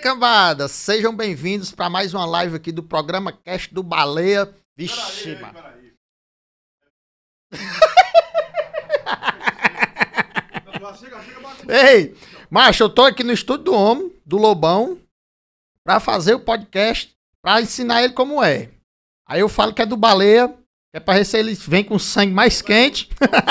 cambada, sejam bem-vindos para mais uma live aqui do programa Cast do Baleia. Vixe, mano. Ei, macho, eu tô aqui no estúdio do homem, do Lobão, pra fazer o podcast, pra ensinar ele como é. Aí eu falo que é do Baleia, que é pra ver se ele vem com sangue mais quente.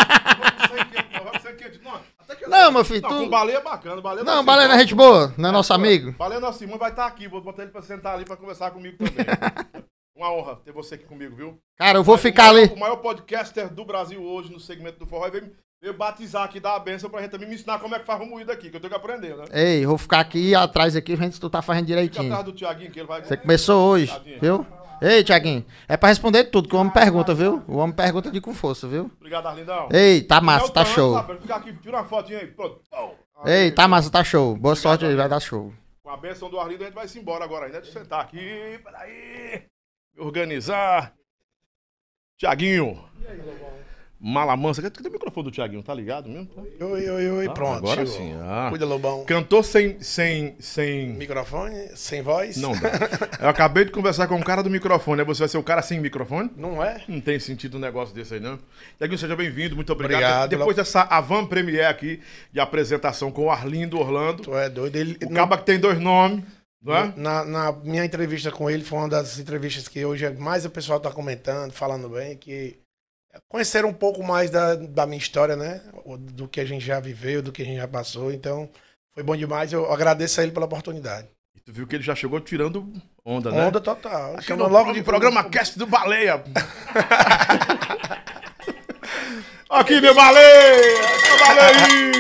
Não, meu filho, tu... com baleia é bacana. Baleia não, baleia não é gente boa, não é nosso amigo. Baleia é nosso irmão, vai estar aqui, vou botar ele pra sentar ali pra conversar comigo também. Uma honra ter você aqui comigo, viu? Cara, eu vou ficar ali. O maior podcaster do Brasil hoje no segmento do forró veio batizar aqui, dar a benção pra gente também me ensinar como é que faz o moído aqui, que eu tenho que aprender, né? Ei, eu vou ficar aqui atrás aqui, vendo se tu tá fazendo direitinho. Fica atrás do Thiaguinho, que ele vai... Você começou hoje, viu? Ei, Thiaguinho, é pra responder tudo, que o homem pergunta, viu? O homem pergunta de com força, viu? Obrigado, Arlindão. Ei, tá massa, tá show. Ficar aqui, tira uma fotinha aí, pronto. Ei, tá massa, tá show. Boa sorte aí, vai dar show. Com a benção do Arlindo, a gente vai se embora agora ainda. Deixa eu sentar aqui, peraí. Organizar. Thiaguinho. Mala mansa. Cadê o microfone do Thiaguinho? Tá ligado mesmo? Oi, pronto. Agora chegou. sim. Cuida, Lobão. Cantor sem... Microfone? Sem voz? Não dá. Eu acabei de conversar com o cara do microfone. Aí você vai ser o cara sem microfone? Não é? Não tem sentido um negócio desse aí, não. Thiaguinho, seja bem-vindo. Muito obrigado. Depois dessa Avan Premier aqui, de apresentação com o Arlindo Orlando. Tu é doido. O caba que tem dois nomes. Não é? Na minha entrevista com ele, foi uma das entrevistas que hoje mais o pessoal tá comentando, falando bem, que conheceram um pouco mais da minha história, né? Do que a gente já viveu, do que a gente já passou. Então, foi bom demais. Eu agradeço a ele pela oportunidade. E tu viu que ele já chegou tirando onda, né? Onda total. Aqui no logo de programa Cast do Baleia. Aqui, meu Baleia! Meu Baleia!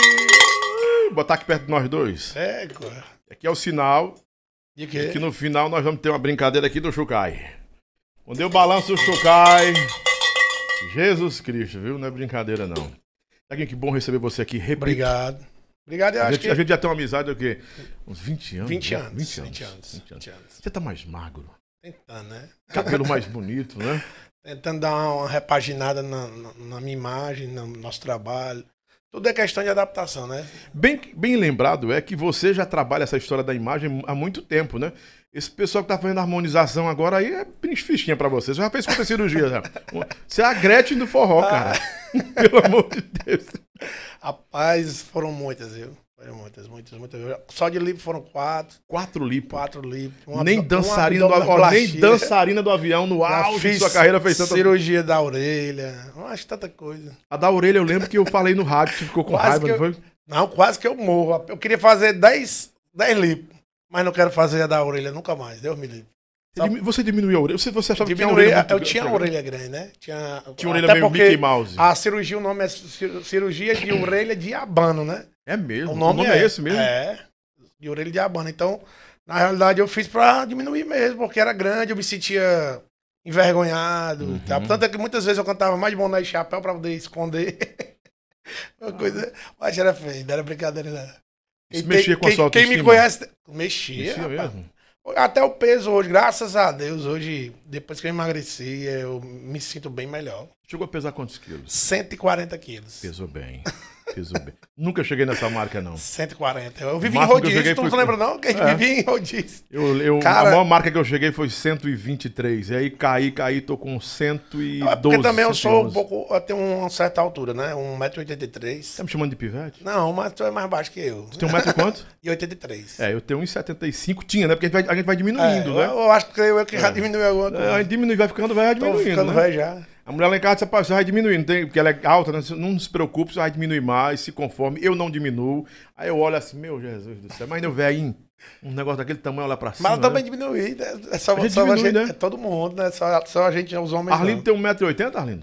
Botar aqui perto de nós dois. É, cara. Aqui é o sinal de quê? Que no final nós vamos ter uma brincadeira aqui do Chucai. Quando eu balanço o Chucai... Jesus Cristo, viu? Não é brincadeira, não. Thiaguinho, que bom receber você aqui. Repito. Obrigado. Obrigado, eu acho que... A gente já tem uma amizade, o quê? Uns 20 anos? 20 anos. 20 anos. Você tá mais magro. Tentando, né? Cabelo mais bonito, né? Tentando dar uma repaginada na minha imagem, no nosso trabalho. Tudo é questão de adaptação, né? Bem lembrado é que você já trabalha essa história da imagem há muito tempo, né? Esse pessoal que tá fazendo harmonização agora aí é fichinha pra você. Você já fez quantas cirurgias já? Você é a Gretchen do forró, cara. Pelo amor de Deus. Rapaz, foram muitas, viu? Foram muitas. Só de lipo foram 4. 4 lipo? 4 lipo. Nem dançarina do avião no auge de sua carreira fez tanta... Cirurgia da orelha. Eu acho tanta coisa. A da orelha eu lembro que eu falei no rádio, você ficou com raiva, não foi? Não, quase que eu morro. Eu queria fazer 10 lipo. Mas não quero fazer a da orelha nunca mais, Deus me livre. Você diminuiu a orelha? Você achava que tinha orelha muito... Eu tinha a orelha grande, né? Tinha orelha meio Mickey Mouse. A cirurgia, o nome é cirurgia de orelha de abano, né? É mesmo? O nome é esse mesmo? É, de orelha de abano. Então, na realidade, eu fiz pra diminuir mesmo, porque era grande, eu me sentia envergonhado. Tá? Tanto é que muitas vezes eu cantava mais de boné e chapéu pra poder esconder. Uma coisa... Mas era feio, não era brincadeira, não. Mexia com a sua autoestima? Quem me conhece... Mexia mesmo? Até o peso hoje, graças a Deus, hoje, depois que eu emagreci, eu me sinto bem melhor. Chegou a pesar quantos quilos? 140 quilos. Pesou bem. Nunca cheguei nessa marca, não. 140. Eu vivi em rodízio, tu não lembra não? Que a gente vivia em rodízio. Cara, a maior marca que eu cheguei foi 123. E aí caí, tô com 112. Porque também eu sou um pouco, eu tenho uma certa altura, né? 1,83 m. Tá me chamando de pivete? Não, mas tu é mais baixo que eu. Você tem 1 quanto? E 83. Eu tenho 1,75. Tinha, né? Porque a gente vai diminuindo, né? Eu acho que eu já diminui alguma coisa. A gente diminui, vai ficando velho, vai diminuindo, ficando velho já. A mulher lá em casa você vai diminuindo, porque ela é alta, né? Não se preocupe, você vai diminuir mais, se conforme. Eu não diminuo. Aí eu olho assim, meu Jesus do céu, mas eu velho, um negócio daquele tamanho lá pra cima. Mas ela também diminui, né? É só a gente, né? É todo mundo, né? Só a gente, os homens. Arlindo tem 1,80 m, Arlindo?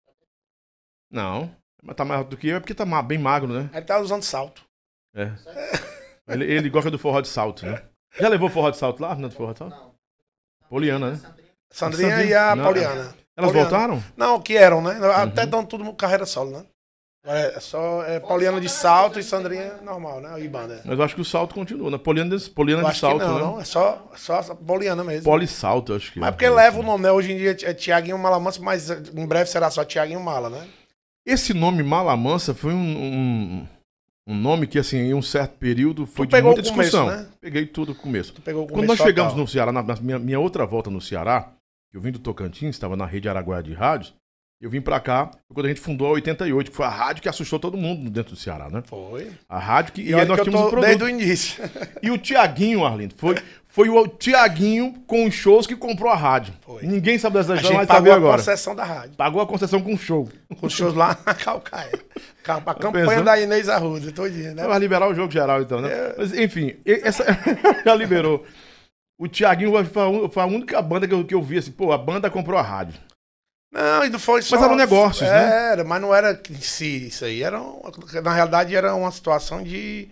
Não. Mas tá mais alto do que eu, é porque tá bem magro, né? Ele tá usando salto. É. Ele gosta do forró de salto, né? Já levou forró de salto lá, Arlindo, forró de salto? Não. Poliana, né? Sandrinha e a Pauliana. Elas voltaram? Não, que eram, né? Até dão tudo carreira solo, né? Pauliana de salto e Sandrinha normal, né? E banda. Mas eu acho que o salto continua, né? Poliana de salto, não, né? Não, é só a Poliana mesmo. Polissalto, acho que. Mas porque leva o nome, né? Hoje em dia é Thiaguinho Mala Mansa, mas em breve será só Thiaguinho Mala, né? Esse nome Mala Mansa foi um Um nome que, assim, em um certo período foi Tu de pegou muita o começo, discussão. né? Peguei tudo no começo. Tu pegou o Quando começo nós chegamos total. no Ceará, na minha outra volta no Ceará, eu vim do Tocantins, estava na rede Araguaia de rádios, eu vim pra cá quando a gente fundou a 88, que foi a rádio que assustou todo mundo dentro do Ceará, né? Foi. A rádio que... E olha nós que eu tínhamos um tô produto. desde o início. E o Tiaguinho, Arlindo, foi o Tiaguinho com os shows que comprou a rádio. Foi. Ninguém sabe dessa A história, gente mas sabe pagou a agora. concessão da rádio. Pagou a concessão com show. Com shows lá na Calcaia. A campanha pensando? da Inês Arruda, todinha, né? Vai liberar o jogo geral, então, né? É. Mas, enfim, essa já liberou. O Tiaguinho foi a única banda que eu vi assim, pô, a banda comprou a rádio. Não, e não foi só... Mas eram negócios, né? Era, mas não era em si isso aí. Na realidade, era uma situação de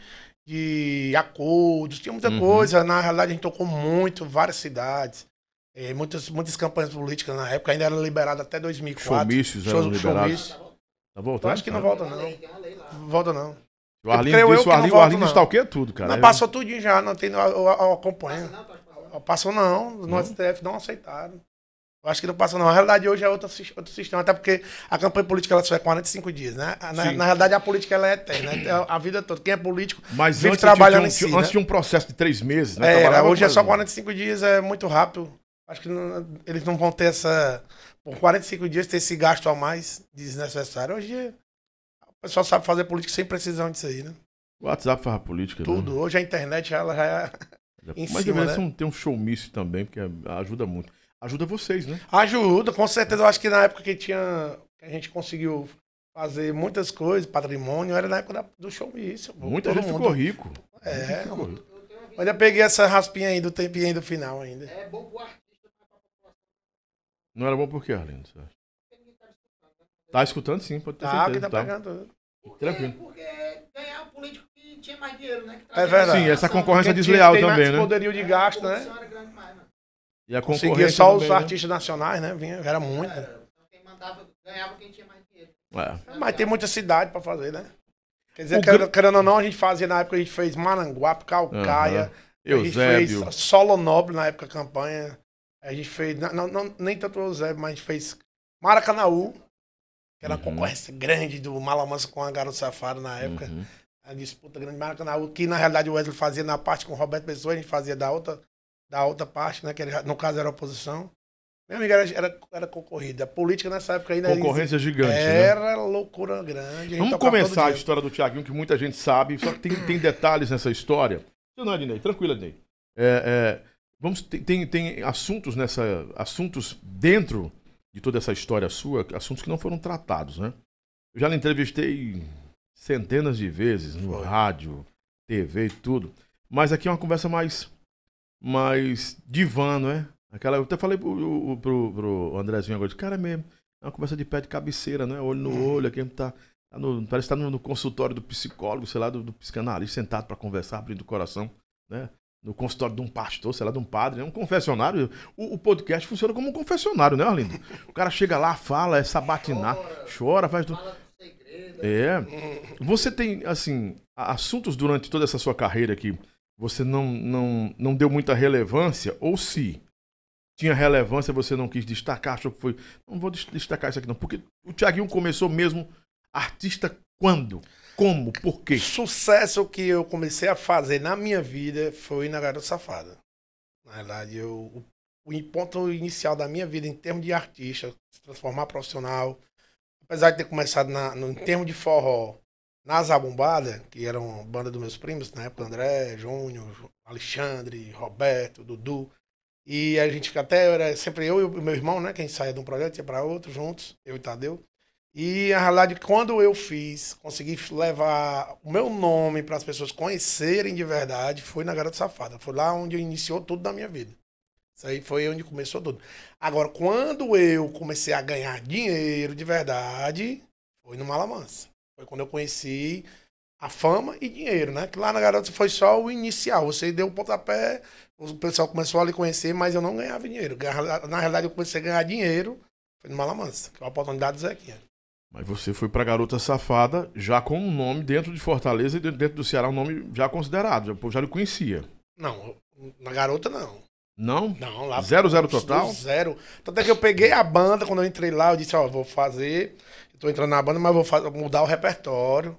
acordos, tinha muita coisa. Na realidade, a gente tocou muito, várias cidades. Muitas campanhas políticas na época, ainda era liberado até 2004. Showmícios eram liberados. Showmício. Tá voltando? Eu acho que não volta, não. Volta, não. O Arlindo creio eu disse, que o não Arlindo, volta, o Arlindo não. stalkeia tudo, cara. Não, passou tudinho já, não tem, eu acompanho. Passou não, no STF não aceitaram. Eu acho que não passa não. A realidade hoje é outro sistema, até porque a campanha política ela só é 45 dias, né? Na realidade a política ela é eterna, né? A vida toda. Quem é político Mas vive antes trabalhando tinha, em si, antes né? tinha um processo de 3 meses, né? Trabalhava Hoje é só mais- 45 dias, é muito rápido. Acho que eles não vão ter essa... Por 45 dias ter esse gasto a mais desnecessário. Hoje o pessoal sabe fazer política sem precisão disso aí, né? O WhatsApp faz a política, Tudo. né? Hoje a internet ela já é... em Mas cima, deveria né? ter um showmício também, porque ajuda muito. Ajuda vocês, né? Ajuda, com certeza. Eu acho que na época que a gente conseguiu fazer muitas coisas, patrimônio, era na época do showmício. Muita Todo gente mundo. ficou rico. É. Ficou rico. Mas eu peguei essa raspinha aí do tempinho aí do final ainda. É bom pro artista. Não era bom por quê, Arlindo? Você acha? Tá escutando sim, pode ter Tá, que certeza. tá pegando. Tranquilo. Porque ganhar um político que tinha mais dinheiro, né? É verdade. Sim, essa concorrência Porque desleal tem também, mais né? poderio de gasto, né? Era grande demais, mano. E a Conseguia concorrência só também, os né? artistas nacionais, né? Era muito. Então quem mandava, ganhava quem tinha mais dinheiro. É. Mas tem muita cidade pra fazer, né? Quer dizer, O querendo ou não, a gente fazia na época, a gente fez Maranguape, Calcaia. A gente Eusébio. fez Solo Nobre na época da campanha. A gente fez, nem tanto o Eusébio, mas a gente fez Maracanaú, que era uma concorrência grande do Malamansa com a Garota Safada na época. A disputa grande de Maracanaú, que na realidade o Wesley fazia na parte com o Roberto Pessoa, a gente fazia da outra parte, né? Que no caso era a oposição. Meu amigo, era concorrida. A política nessa época ainda Concorrência gigante, né? era loucura grande. A gente Vamos tocava todo começar a dia. história do Tiaguinho, que muita gente sabe, só que tem detalhes nessa história. Não, Adnei, tranquilo, Adnei. Tem assuntos assuntos dentro de toda essa história sua, assuntos que não foram tratados, né? Eu já lhe entrevistei centenas de vezes no rádio, TV e tudo, mas aqui é uma conversa mais divã, não é? Eu até falei pro Andrezinho agora, cara, é mesmo, é uma conversa de pé de cabeceira, né? Olho no olho, aqui a gente parece que tá no consultório do psicólogo, sei lá, do psicanalista, sentado para conversar, abrindo o coração, né? No consultório de um pastor, sei lá, de um padre, né? Um confessionário. O podcast funciona como um confessionário, né, Arlindo? O cara chega lá, fala, sabatinar, chora, faz tudo. Você tem, assim, assuntos durante toda essa sua carreira que você não deu muita relevância, ou se tinha relevância, você não quis destacar, achou que foi... Não vou destacar isso aqui não, porque o Tiaguinho começou mesmo artista quando? Como? Por quê? O sucesso que eu comecei a fazer na minha vida foi na Garota Safada. Na verdade, o ponto inicial da minha vida em termos de artista, se transformar profissional, apesar de ter começado em termos de forró, na Zabumbada, que era uma banda dos meus primos, na época, André, Júnior, Alexandre, Roberto, Dudu, e a gente era sempre eu e o meu irmão, né, quem saía de um projeto ia para outro, juntos, eu e Tadeu. E a realidade, quando eu consegui levar o meu nome para as pessoas conhecerem de verdade, foi na Garota Safada. Foi lá onde iniciou tudo da minha vida. Isso aí foi onde começou tudo. Agora, quando eu comecei a ganhar dinheiro de verdade, foi no Malamansa. Foi quando eu conheci a fama e dinheiro, né? Que lá na Garota foi só o inicial. Você deu o pontapé, o pessoal começou a lhe conhecer, mas eu não ganhava dinheiro. Na realidade, eu comecei a ganhar dinheiro, foi no Malamansa, que é a oportunidade do Zequinha. Mas você foi pra Garota Safada já com um nome dentro de Fortaleza e dentro do Ceará, um nome já considerado, o povo já lhe conhecia. Não, na Garota não. Não? Não, lá... 0-0 total? 0. Tanto é que eu peguei a banda, quando eu entrei lá, eu disse, vou fazer... Eu tô entrando na banda, mas vou mudar o repertório.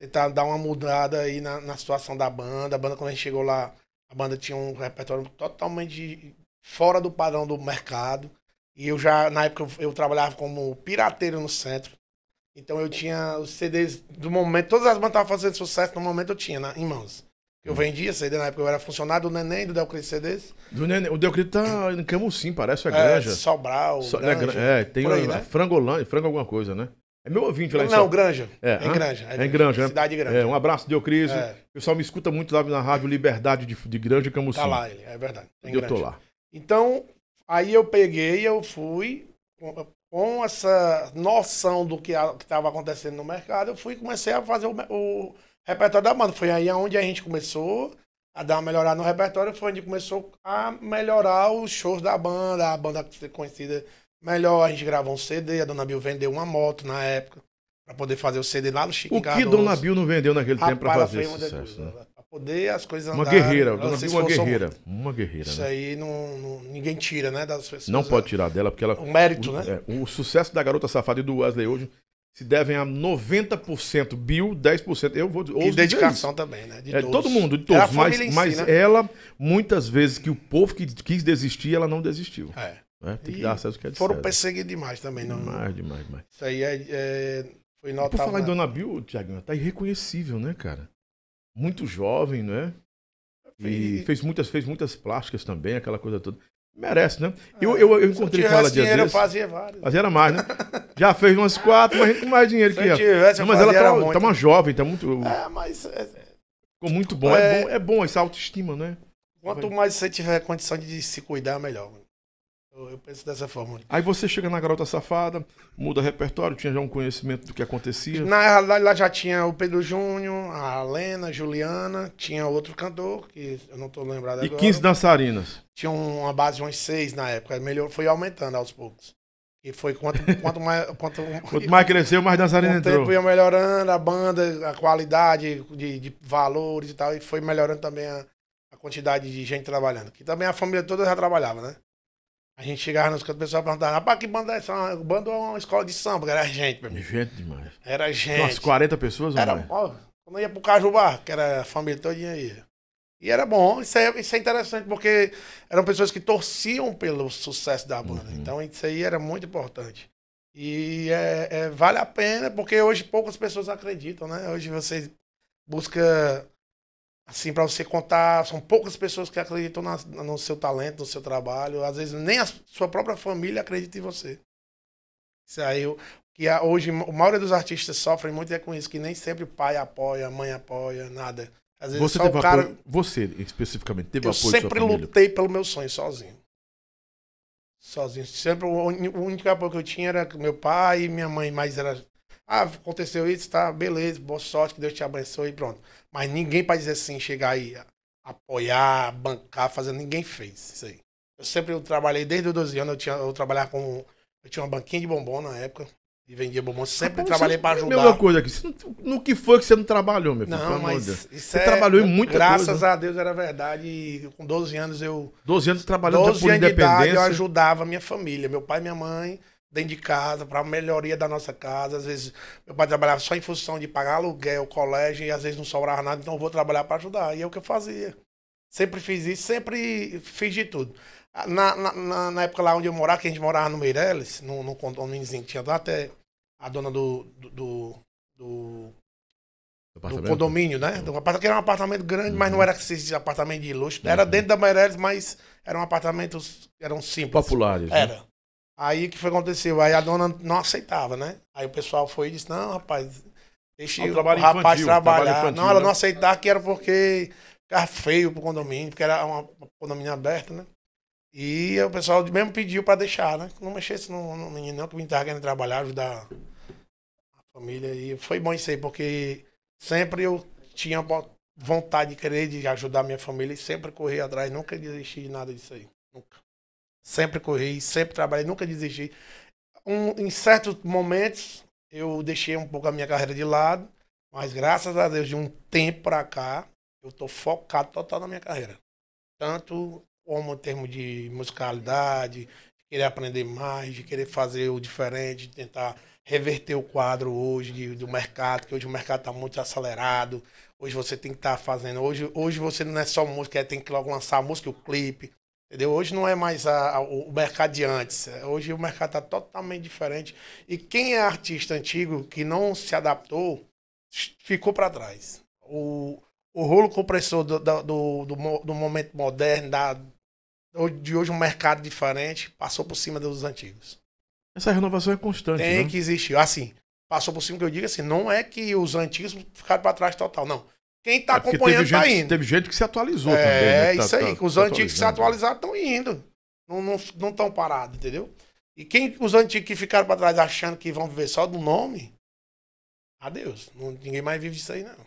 tentar dar uma mudada aí na situação da banda. A banda, quando a gente chegou lá, a banda tinha um repertório totalmente fora do padrão do mercado. E eu já, na época, eu trabalhava como pirateiro no centro. Então eu tinha os CDs do momento, todas as bandas estavam fazendo sucesso, no momento eu tinha em mãos. Eu vendia CD, na época eu era funcionário do Neném, do Delcrito CDs. O Delcrito tá em Camusim, parece, é Granja. Sobral, Granja, tem aí, né? frango alguma coisa, né? É meu ouvinte lá em Não, Granja. É em Granja. É em Granja, né? Cidade Granja. É, um abraço, Deocris. O pessoal me escuta muito lá na rádio Liberdade de Granja e Camusim. Tá lá ele, é verdade. Eu tô lá. Então, aí eu peguei, eu fui com essa noção do que estava acontecendo no mercado, eu fui e comecei a fazer o repertório da banda. Foi aí onde a gente começou a dar uma melhorada no repertório, foi onde começou a melhorar os shows da banda, a banda ser conhecida melhor. A gente gravou um CD, a Dona Bill vendeu uma moto na época, para poder fazer o CD lá no Chico O que Dona Bill não vendeu naquele tempo para fazer esse sucesso, né? Pra poder as coisas uma andarem. Guerreira, Dona Bill uma guerreira. Isso né? aí ninguém tira, né, das pessoas. Não pode tirar dela, porque ela... O mérito, né? O sucesso da Garota Safada e do Wesley hoje se devem a 90% Bill, 10% eu vou... E dedicação também, né? De todo mundo, de todos. Mas né? ela, muitas vezes que o povo que quis desistir, ela não desistiu. Tem que dar acesso que é de foram perseguidos demais também. Demais. Isso aí foi notável. Por falar em Dona Bill, Thiago, tá irreconhecível, né, cara? Muito jovem, né? E fez muitas plásticas também, aquela coisa toda. Merece, né? Eu encontrei com ela dia dinheiro, desse. Eu fazia várias. Fazia mais, né? Já fez umas 4, mas com mais dinheiro que ela. Mas ela tá uma jovem, tá muito... mas... Ficou muito bom. É bom essa autoestima, né? Quanto mais você tiver condição de se cuidar, melhor. Eu penso dessa forma. Aí você chega na Garota Safada, muda repertório, tinha já um conhecimento do que acontecia? Na realidade, lá já tinha o Pedro Júnior, a Lena, a Juliana, tinha outro cantor, que eu não tô lembrado agora. E 15 dançarinas? Tinha uma base de umas 6 na época, foi aumentando aos poucos. E foi quanto mais cresceu, mais dançarina entrou. O tempo ia melhorando, a banda, a qualidade de valores e tal, e foi melhorando também a quantidade de gente trabalhando. Que também a família toda já trabalhava, né? A gente chegava nos cantos, o pessoal perguntava, rapaz, que banda é essa? A banda é uma escola de samba, era gente, meu amigo. Gente demais. Era gente. Umas 40 pessoas, ou mais? Quando ia pro Cajubá, que era a família todinha aí. E era bom, isso é interessante, porque eram pessoas que torciam pelo sucesso da banda. Então isso aí era muito importante. E vale a pena, porque hoje poucas pessoas acreditam, né? Hoje você busca... Assim, para você contar, são poucas pessoas que acreditam no seu talento, no seu trabalho. Às vezes nem a sua própria família acredita em você. Isso aí, hoje a maioria dos artistas sofrem muito com isso, que nem sempre o pai apoia, a mãe apoia, nada. Às vezes você só teve o cara... apoio, você especificamente teve apoio da sua família? Eu sempre lutei pelo meu sonho sozinho. Sempre o único apoio que eu tinha era meu pai e minha mãe, mas era... aconteceu isso, tá, beleza, boa sorte, que Deus te abençoe e pronto. Mas ninguém para dizer assim, chegar aí, apoiar, bancar, fazer, ninguém fez isso aí. Eu trabalhei desde os 12 anos, eu tinha uma banquinha de bombom na época, e vendia bombom, sempre trabalhei para ajudar. Mesma coisa aqui, no que foi que você não trabalhou, meu filho? Não, mas isso você trabalhou em muita coisa. Graças a Deus era verdade, e com 12 anos 12 anos trabalhando por independência. De idade, eu ajudava a minha família, meu pai e minha mãe, dentro de casa, para a melhoria da nossa casa. Às vezes, meu pai trabalhava só em função de pagar aluguel, colégio, e às vezes não sobrava nada, então eu vou trabalhar para ajudar. E é o que eu fazia. Sempre fiz isso, sempre fiz de tudo. Na época lá onde eu morava, que a gente morava no Meireles, num condomíniozinho, tinha até a dona do condomínio, né? Que era um apartamento grande, mas não era esse apartamento de luxo. Era dentro da Meireles, mas eram apartamentos, eram simples. Populares, era. Né? Aí o que foi aconteceu? Aí a dona não aceitava, né? Aí o pessoal foi e disse, não, rapaz, deixa o rapaz trabalhar. Infantil, não, ela não aceitava, que era porque ficava feio pro condomínio, porque era um condomínio aberto, né? E o pessoal mesmo pediu pra deixar, né? Não mexesse no menino não, que o menino tava querendo trabalhar, ajudar a família. E foi bom isso aí, porque sempre eu tinha vontade de querer, de ajudar a minha família, e sempre corri atrás, nunca desisti de nada disso aí, nunca. Sempre corri, sempre trabalhei, nunca desisti. Em certos momentos, eu deixei um pouco a minha carreira de lado, mas graças a Deus, de um tempo pra cá, eu tô focado total na minha carreira. Tanto como em termos de musicalidade, de querer aprender mais, de querer fazer o diferente, de tentar reverter o quadro hoje do mercado, que hoje o mercado está muito acelerado. Hoje você tem que estar fazendo. Hoje você não é só música, tem que logo lançar a música e o clipe. Entendeu? Hoje não é mais o mercado de antes. Hoje o mercado está totalmente diferente. E quem é artista antigo que não se adaptou, ficou para trás. O rolo compressor do momento moderno, de hoje um mercado diferente, passou por cima dos antigos. Essa renovação é constante, Tem né? que existir. Assim, passou por cima, que eu digo assim, não é que os antigos ficaram para trás total, não. Quem tá acompanhando tá indo. Teve gente que se atualizou também, né? Tá, Isso aí. Os antigos que se atualizaram estão indo. Não estão parados, entendeu? E os antigos que ficaram para trás achando que vão viver só do nome, adeus. Ninguém mais vive disso aí, não.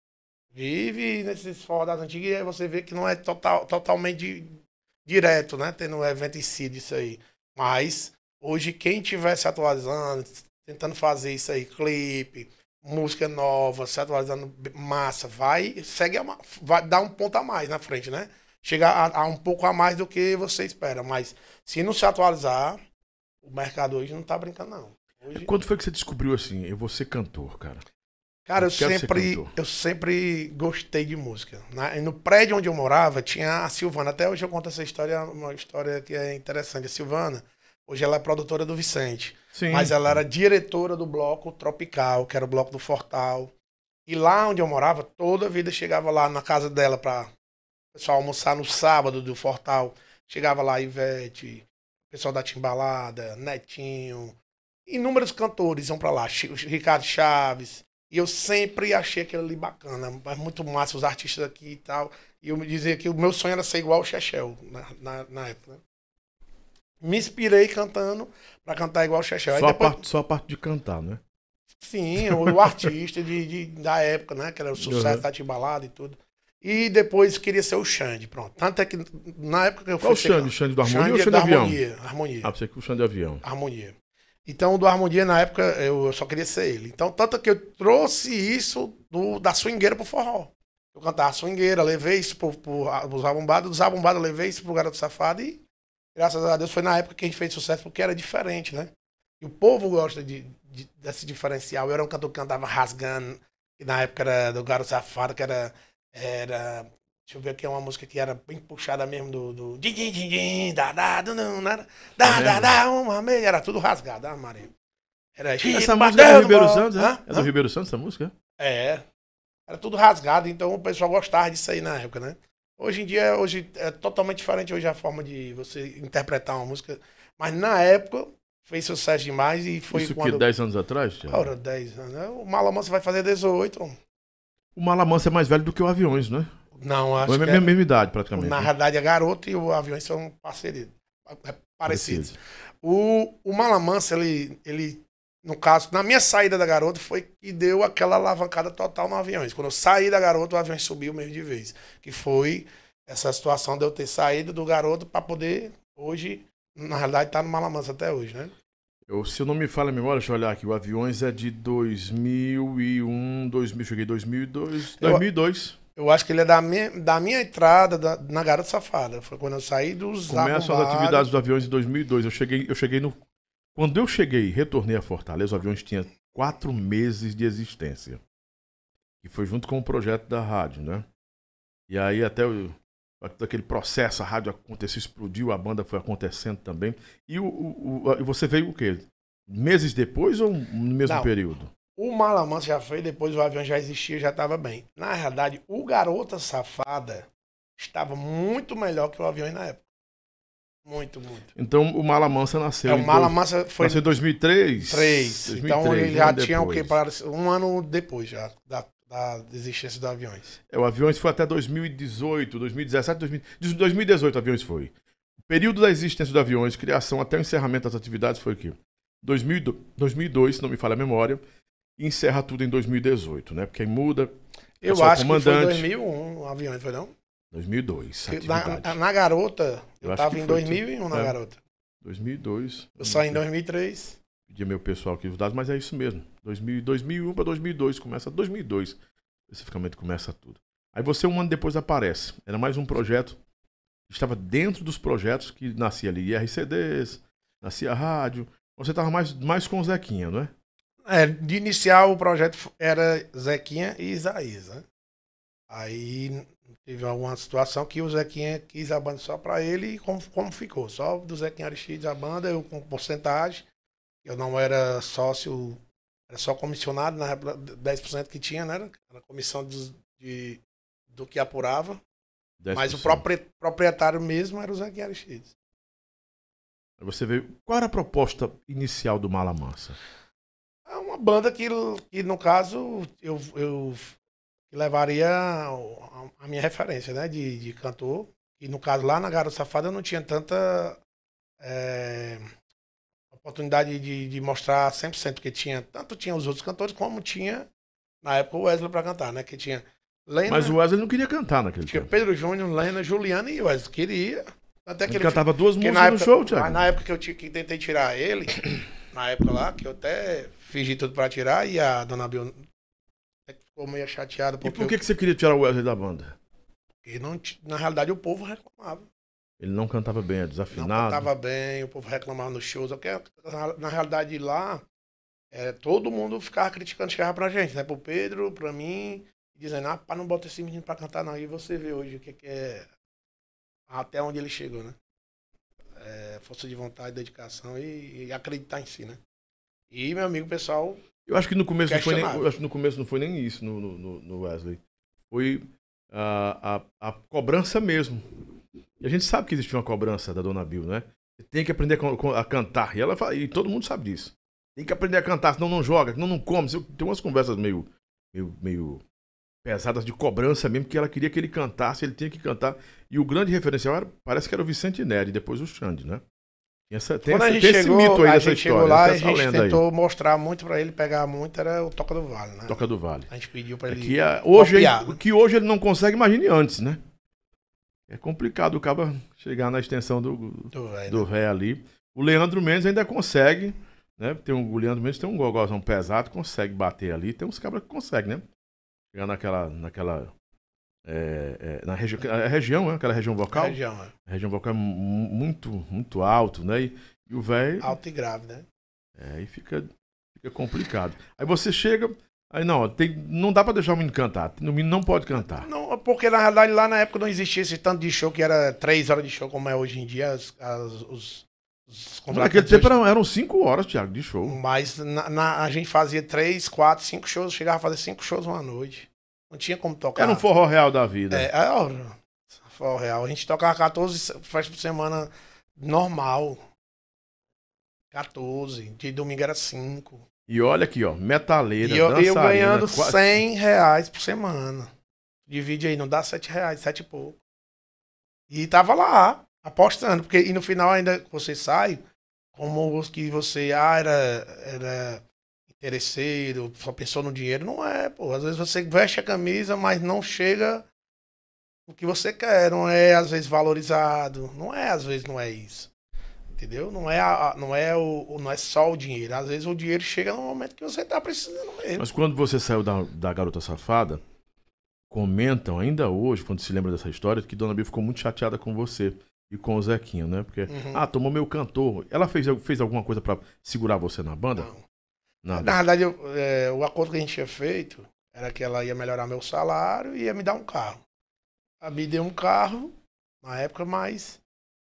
Vive nesses forró das antigas e aí você vê que não é totalmente direto, né? Tendo evento em si disso aí. Mas hoje quem estiver se atualizando, tentando fazer isso aí, clipe, música nova, se atualizando massa, vai dar um ponto a mais na frente, né? Chega a um pouco a mais do que você espera. Mas se não se atualizar, o mercado hoje não tá brincando, não. Hoje... Quando foi que você descobriu assim, eu vou ser cantor, cara? Cara, eu sempre gostei de música. No prédio onde eu morava, tinha a Silvana. Até hoje eu conto essa história, uma história que é interessante. A Silvana, hoje ela é produtora do Vicente. Sim. Mas ela era diretora do bloco Tropical, que era o bloco do Fortal. E lá onde eu morava, toda a vida chegava lá na casa dela para o pessoal almoçar no sábado do Fortal. Chegava lá Ivete, pessoal da Timbalada, Netinho. Inúmeros cantores iam para lá. Ricardo Chaves. E eu sempre achei aquilo ali bacana, muito massa, os artistas aqui e tal. E eu me dizia que o meu sonho era ser igual o Chechel na época. Né? Me inspirei cantando para cantar igual o Chechel. Só a parte de cantar, né? Sim, o artista da época, né? Que era o sucesso da Timbalada e tudo. E depois queria ser o Xande, pronto. Tanto é que na época que eu fui... Qual o Xande? O Xande do Harmonia ou o Xande do Avião? Harmonia. Ah, você que o Xande do Avião. Harmonia. Então, do Harmonia, na época, eu só queria ser ele. Então, tanto que eu trouxe isso da swingueira pro forró. Eu cantava swingueira, levei isso pro Zabumbados, do Zabumbados eu levei isso pro Garoto Safado e, graças a Deus, foi na época que a gente fez sucesso, porque era diferente, né? E o povo gosta desse diferencial. Eu era um cantor que cantava rasgando, que na época era do Garoto Safado, que era deixa eu ver aqui, uma música que era bem puxada mesmo do era tudo rasgado, Maria. Essa música é do Ribeiro Santos, né? É do Ribeiro Santos essa música? É. Era tudo rasgado, então o pessoal gostava disso aí na época, né? Hoje em dia, é totalmente diferente hoje a forma de você interpretar uma música. Mas na época fez sucesso demais e foi isso quando... que 10 anos atrás? Ora, 10 anos. O Malamansa vai fazer 18. O Malamansa é mais velho do que o Aviões, né? Não, acho que é a mesma idade, praticamente. Na realidade, a Garoto e o Aviões são parecidos. O Malamansa, ele, no caso, na minha saída da Garoto, foi que deu aquela alavancada total no Aviões. Quando eu saí da Garoto, o Aviões subiu mesmo de vez. Que foi essa situação de eu ter saído do Garoto para poder, hoje, na realidade, estar no Malamansa até hoje, né? Se eu não me falha a memória, deixa eu olhar aqui, o Aviões é de 2001, cheguei em 2002. Eu acho que ele é da minha entrada na Garota Safada. Foi quando eu saí dos Começam as atividades do Aviões em 2002. Eu cheguei no... Quando eu cheguei, retornei a Fortaleza, o Aviões tinha 4 meses de existência. E foi junto com o projeto da rádio, né? E aí até aquele processo, a rádio aconteceu, explodiu, a banda foi acontecendo também. E você veio o quê? Meses depois ou no mesmo período? O Malamansa já foi, depois o Avião já existia, já estava bem. Na realidade, o Garota Safada estava muito melhor que o Avião na época. Muito, muito. Então o Malamansa nasceu o Malamansa foi nasceu em 2003? 2003. Então ele já tinha o quê? Um ano depois já da existência do Aviões. O Aviões foi até 2018, 2017, 2018 o Aviões foi. O período da existência do Aviões, criação até o encerramento das atividades foi o quê? 2002, se não me falha a memória. E encerra tudo em 2018, né? Porque aí muda. Eu acho que foi 2001 o Aviões, foi não? 2002. Na Garota, eu tava em 2001 na Garota. 2002. Eu saí em 2003. Pedi meu pessoal aqui os dados, mas é isso mesmo. 2001 para 2002, começa 2002. Especificamente começa tudo. Aí você um ano depois aparece. Era mais um projeto. Estava dentro dos projetos que nascia ali IRCDs, nascia a rádio. Você estava mais com o Zequinha, não é? De inicial o projeto era Zequinha e Isaías, né? Aí teve alguma situação que o Zequinha quis a banda só pra ele e como ficou? Só do Zequinha Aristides a banda, eu com porcentagem. Eu não era sócio, era só comissionado, na época 10% que tinha, né? Era comissão do que apurava. 10%. Mas o proprietário mesmo era o Zequinha Aristides. Você veio. Qual era a proposta inicial do Mala Mansa? É uma banda que no caso, eu levaria a minha referência, né? De cantor. E no caso, lá na Garota Safada, eu não tinha tanta oportunidade de mostrar 100%, porque tanto tinha os outros cantores, como tinha, na época, o Wesley pra cantar, né? Que tinha Lena, Mas o Wesley não queria cantar naquele tinha tempo. Pedro Júnior, Lena, Juliana e o Wesley. Queria. Até que Ele cantava duas porque músicas no show, Mas Thiago. na época que tentei tirar ele, na época lá, que eu até fingi tudo pra tirar, e a dona Bill ficou meio chateada. E Porque por que você queria tirar o Wesley da banda? na realidade o povo reclamava. Ele não cantava bem, é Não desafinado. cantava bem, o povo reclamava nos shows. Porque, na realidade lá, todo mundo ficava criticando, chegava pra gente, né? Pro Pedro, pra mim, dizendo, pá, não bota esse menino pra cantar não. E você vê hoje o que é até onde ele chegou, né? Força de vontade, dedicação e acreditar em si, né? E, meu amigo, pessoal... Eu acho que no começo não foi nem, questionável. eu acho que no começo não foi nem isso no Wesley. Foi a cobrança mesmo. E a gente sabe que existe uma cobrança da Dona Bill, né? Você tem que aprender a cantar. E todo mundo sabe disso. Tem que aprender a cantar, senão não joga, senão não come. Tem umas conversas meio pesadas de cobrança mesmo, que ela queria que ele cantasse, ele tinha que cantar. E o grande referencial parece que era o Vicente Neri, depois o Xande, né? Quando a gente esse chegou, mito aí a dessa gente chegou história. lá, tem a essa gente lenda aí. tentou mostrar muito pra ele, pegar muito, era o Toca do Vale, né? Toca do Vale. A gente pediu pra ele Hoje, né? que hoje ele não consegue, imagine antes, né? É complicado o cara chegar na extensão do ré ali. O Leandro Mendes ainda consegue, né? O Leandro Mendes tem um gogózão pesado, consegue bater ali. Tem uns cabras que conseguem, né? Chegar na região, né? Aquela região vocal. A região vocal é muito, muito alto, né? E o velho... Alto e grave, né? Aí fica complicado. Aí você chega... Aí não dá pra deixar o menino cantar. O menino não pode cantar. Não, porque na realidade lá na época não existia esse tanto de show, que era 3 horas de show, como é hoje em dia. Os Naquele tempo eram 5 horas, Thiago, de show. Mas a gente fazia 3, 4, 5 shows. Chegava a fazer 5 shows uma noite. Não tinha como tocar. Era um forró real da vida. Forró real. A gente tocava 14 festas por semana normal. 14. De domingo era 5. E olha aqui, ó. Metaleira, e eu ganhando quase... R$100 por semana. Divide aí, não dá R$7, 7 e pouco. E tava lá, apostando. E no final ainda você sai, como os que você era interesseiro, só pensou no dinheiro. Não é, pô. Às vezes você veste a camisa, mas não chega o que você quer. Não é, às vezes, valorizado. Não é, às vezes, não é isso. Entendeu? Não é só o dinheiro. Às vezes o dinheiro chega no momento que você tá precisando mesmo. Mas quando você saiu da Garota Safada, comentam ainda hoje, quando se lembra dessa história, que Dona Bia ficou muito chateada com você e com o Zequinha, né? Porque, tomou meu cantor. Ela fez alguma coisa pra segurar você na banda? Não. Nada. Na verdade, o acordo que a gente tinha feito era que ela ia melhorar meu salário e ia me dar um carro. Ela me deu um carro na época, mas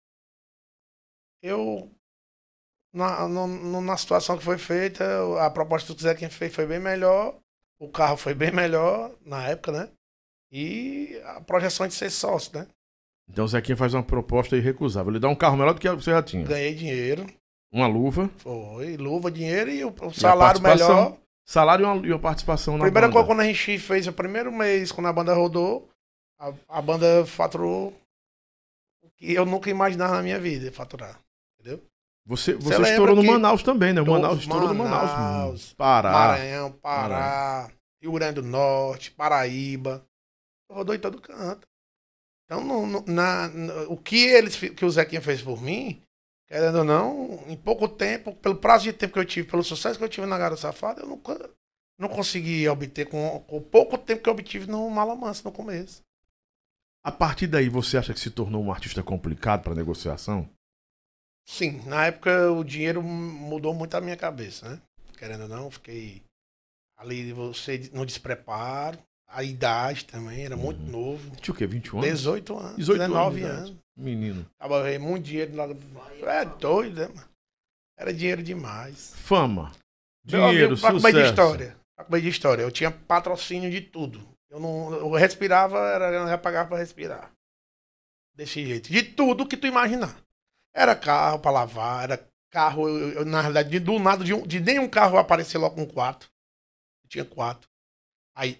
na situação que foi feita, a proposta do Zequinha fez foi bem melhor, o carro foi bem melhor na época, né? E a projeção de ser sócio, né? Então o Zequinha faz uma proposta irrecusável. Ele dá um carro melhor do que você já tinha. Ganhei dinheiro. Uma luva. Foi, luva, dinheiro e o salário melhor. Salário e uma participação na Primeira banda. coisa, quando a gente fez o primeiro mês, quando a banda rodou, a banda faturou o que eu nunca imaginava na minha vida faturar. Entendeu? Você estourou no Manaus também, né? O Manaus estourou no Manaus, Manaus. Pará. Maranhão, Pará, Rio Grande do Norte, Paraíba. Rodou em todo canto. Então, o que o Zequinha fez por mim, querendo ou não, em pouco tempo, pelo prazo de tempo que eu tive, pelo sucesso que eu tive na Garota Safada, eu não consegui obter com o pouco tempo que eu obtive no Mala Mansa no começo. A partir daí, você acha que se tornou um artista complicado para negociação? Sim, na época o dinheiro mudou muito a minha cabeça, né? querendo ou não. Fiquei ali, você no despreparo. A idade também, era muito novo. Tinha o quê? 21 anos? 18 anos, 19 anos. Menino. Tava muito dinheiro lá. É doido, né, mano? Era dinheiro demais. Fama. Meu Dinheiro, amigo, pra comer de sucesso. história. Pra comer de história. Eu tinha patrocínio de tudo. Eu respirava, eu já pagava pra respirar. Desse jeito. De tudo que tu imaginar. Era carro pra lavar, era carro, na realidade, do nada, de nenhum carro aparecer logo com 4. Eu tinha 4. Aí,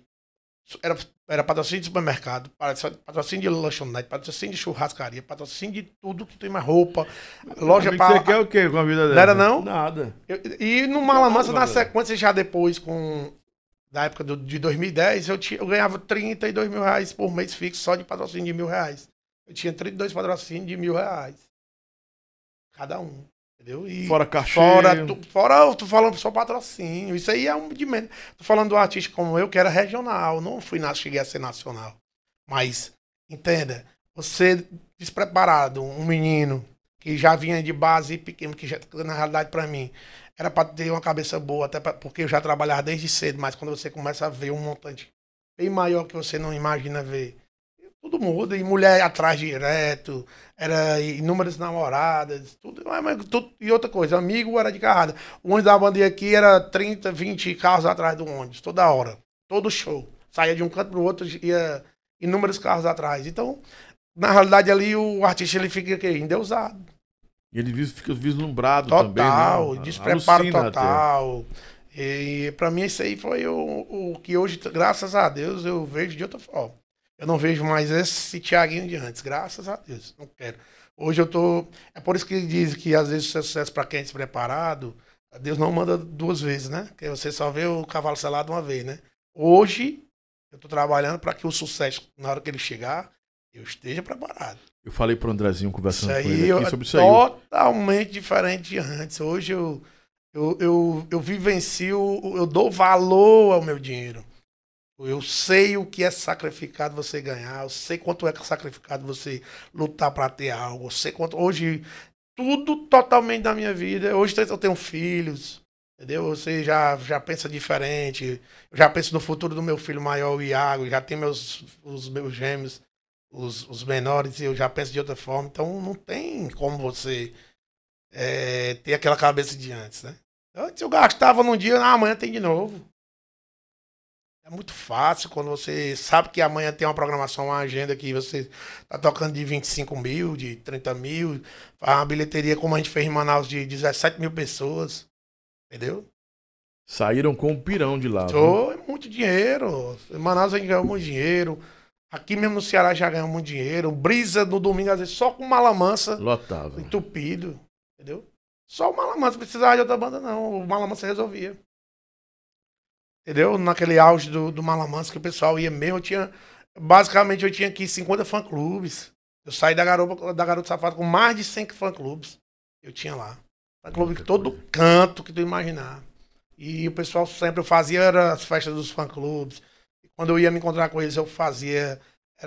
era patrocínio de supermercado, patrocínio de lanchonete, patrocínio de churrascaria, patrocínio de tudo que tem mais roupa, loja Amigo, pra... Você quer o quê com a vida dela? Não era não? Nada. E no Malamansa, na Nada. sequência, já depois, da época de 2010, eu ganhava 32 mil reais por mês fixo, só de patrocínio de R$1.000. Eu tinha 32 patrocínios de R$1.000. Cada um. Entendeu? E Fora cachê. Fora, tô falando só patrocínio. Isso aí é um de menos. Tô falando do artista como eu, que era regional. Não cheguei a ser nacional. Mas, entenda, você despreparado, um menino que já vinha de base pequeno, que já, na realidade, pra mim, era pra ter uma cabeça boa, até porque eu já trabalhava desde cedo, mas quando você começa a ver um montante bem maior que você não imagina ver, tudo muda, e mulher atrás direto, era inúmeras namoradas, tudo. E outra coisa, amigo era de carrada. O ônibus da bandeira aqui era 30, 20 carros atrás do ônibus, toda hora, todo show. Saía de um canto pro outro, ia inúmeros carros atrás. Então, na realidade ali, o artista ele fica aqui, endeusado. E ele fica vislumbrado total, também. Né? Despreparo Alucina total. E pra mim isso aí foi o que hoje, graças a Deus, eu vejo de outra forma. Eu não vejo mais esse Thiaguinho de antes, graças a Deus. Não quero. Hoje eu tô... É por isso que ele diz que às vezes o sucesso pra quem é despreparado, Deus não manda 2 vezes, né? Porque você só vê o cavalo selado uma vez, né? Hoje, eu tô trabalhando pra que o sucesso, na hora que ele chegar, eu esteja preparado. Eu falei pro Andrezinho conversando Isso com aí ele aqui sobre isso aí. Totalmente diferente de antes. Hoje eu vivencio, eu dou valor ao meu dinheiro. Eu sei o que é sacrificado você ganhar, eu sei quanto é sacrificado você lutar para ter algo, eu sei quanto. Hoje, tudo totalmente da minha vida. Hoje eu tenho filhos, entendeu? Você já pensa diferente. Eu já penso no futuro do meu filho maior, o Iago, já tem os meus gêmeos, os menores, e eu já penso de outra forma. Então não tem como você ter aquela cabeça de antes, né? Antes eu gastava num dia, amanhã tem de novo. É muito fácil quando você sabe que amanhã tem uma programação, uma agenda que você tá tocando de 25 mil, de 30 mil, faz uma bilheteria como a gente fez em Manaus de 17 mil pessoas, entendeu? Saíram com um pirão de lá. É muito dinheiro. Em Manaus a gente ganhou muito dinheiro. Aqui mesmo no Ceará já ganhou muito dinheiro. Brisa no domingo, às vezes, só com Malamansa. Lotava. Entupido, entendeu? Só o Malamansa, não precisava de outra banda, não. O Malamansa resolvia. Entendeu? Naquele auge do Malamansa que o pessoal ia mesmo, basicamente eu tinha aqui 50 fã-clubes. Eu saí da Garota Safada com mais de 100 fã-clubes. Eu tinha lá. Fã-clube de todo canto que tu imaginar. E o pessoal sempre, eu fazia as festas dos fã-clubes. Quando eu ia me encontrar com eles, eu fazia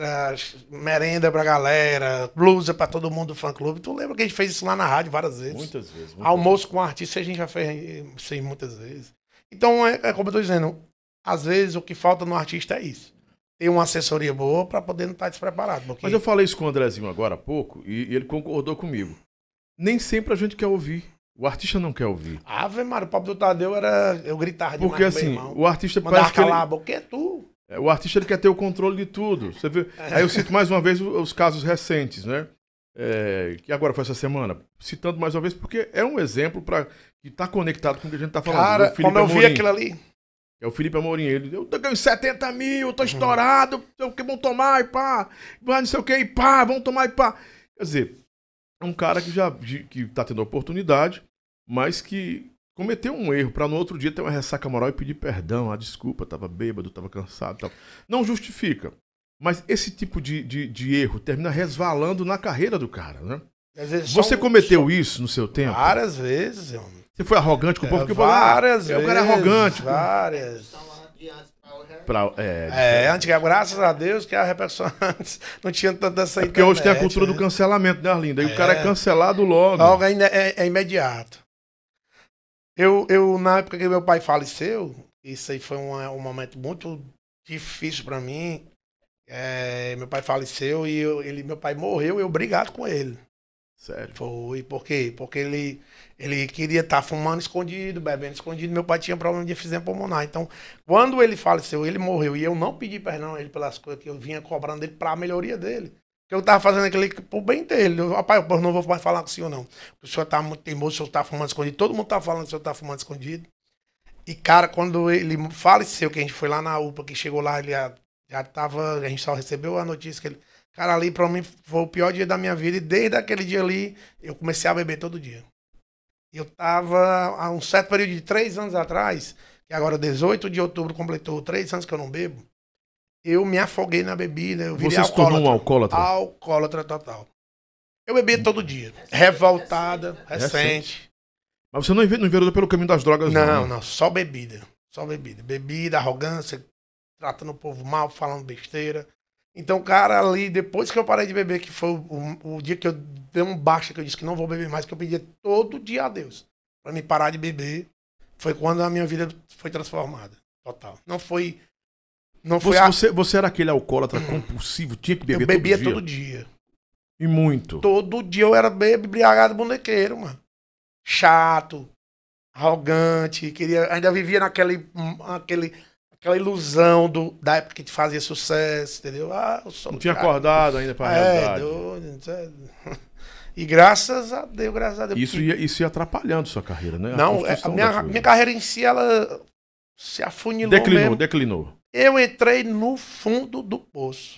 merenda pra galera, blusa pra todo mundo do fã-clube. Tu lembra que a gente fez isso lá na rádio várias vezes? Muitas vezes. Almoço com artista a gente já fez isso aí muitas vezes. Então, é como eu tô dizendo, às vezes o que falta no artista é isso. Ter uma assessoria boa pra poder não estar despreparado. Porque... Mas eu falei isso com o Andrezinho agora há pouco e ele concordou comigo. Nem sempre a gente quer ouvir. O artista não quer ouvir. Ave Maria, o papo do Tadeu eu gritava demais. Porque assim, o artista parece que ele... calar a boca, é tu. O artista ele quer ter o controle de tudo. Você vê? Aí eu cito mais uma vez os casos recentes, né? Que agora foi essa semana. Citando mais uma vez, porque é um exemplo que está conectado com o que a gente está falando. Cara, quando eu vi aquilo ali... É o Felipe Amorim. Eu ganho 70 mil, eu tô estourado, não sei o que, vão tomar e pá. Não sei o que, e pá, vão tomar e pá. Quer dizer, é um cara que tá tendo oportunidade, mas que cometeu um erro para no outro dia ter uma ressaca moral e pedir perdão. Desculpa, tava bêbado, tava cansado. Tava... Não justifica. Mas esse tipo de erro termina resvalando na carreira do cara, né? Você cometeu isso no seu tempo? Várias vezes, homem. Você foi arrogante com o povo? Várias vezes. O cara é arrogante. Várias. Antes, graças a Deus, que a repercussão antes não tinha tanta essa porque hoje tem a cultura do cancelamento, né, Arlindo? Aí o cara é cancelado logo. Logo é imediato. Na época que meu pai faleceu, isso aí foi um momento muito difícil pra mim. Meu pai faleceu e meu pai morreu e eu brigado com ele. Sério. Foi, por quê? Porque ele queria estar fumando escondido, bebendo escondido. Meu pai tinha problema de efizema pulmonar. Então, quando ele faleceu, ele morreu. E eu não pedi perdão a ele pelas coisas que eu vinha cobrando dele para a melhoria dele. Porque eu tava fazendo aquele pro bem dele. Rapaz, eu não vou mais falar com o senhor, não. O senhor tá muito teimoso, o senhor tá fumando escondido. Todo mundo tá falando que o senhor tá fumando escondido. E, cara, quando ele faleceu, que a gente foi lá na UPA, que chegou lá, ele já tava. A gente só recebeu a notícia que ele. Cara, ali pra mim foi o pior dia da minha vida. E desde aquele dia ali, eu comecei a beber todo dia. Eu tava há um certo período de 3 anos atrás, que agora 18 de outubro completou 3 anos que eu não bebo. Eu me afoguei na bebida, eu virei Você se tornou um alcoólatra? Alcoólatra total. Eu bebia todo dia. Revoltada, recente. Mas você não enveredou pelo caminho das drogas, não? Não, só bebida. Só bebida. Bebida, arrogância, tratando o povo mal, falando besteira. Então, cara, ali, depois que eu parei de beber, que foi o dia que eu dei um baixa, que eu disse que não vou beber mais, que eu pedia todo dia a Deus pra me parar de beber, foi quando a minha vida foi transformada. Total. Não foi Você era aquele alcoólatra compulsivo, tinha que beber todo dia? Eu bebia todo dia. E muito? Todo dia eu era embriagado bonequeiro, mano. Chato, arrogante, ainda vivia aquela ilusão da época que te fazia sucesso, entendeu? Eu sou não tinha acordado ainda pra realidade. E graças a Deus. Isso ia atrapalhando sua carreira, né? Não, a minha carreira em si, ela se afunilou Declinou. Eu entrei no fundo do poço.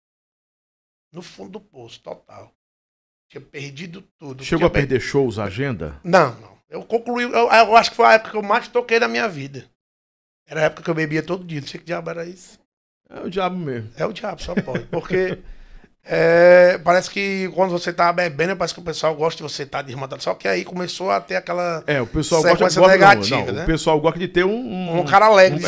No fundo do poço, total. Tinha perdido tudo. Chegou a perder shows, agenda? Não. Eu concluí, eu acho que foi a época que eu mais toquei na minha vida. Era a época que eu bebia todo dia. Não sei que diabo era isso. É o diabo mesmo. É o diabo, só pode. Porque parece que quando você tá bebendo, parece que o pessoal gosta de você estar desmantado. Só que aí começou a ter aquela o pessoal gosta negativa, né? O pessoal gosta de ter um cara alegre.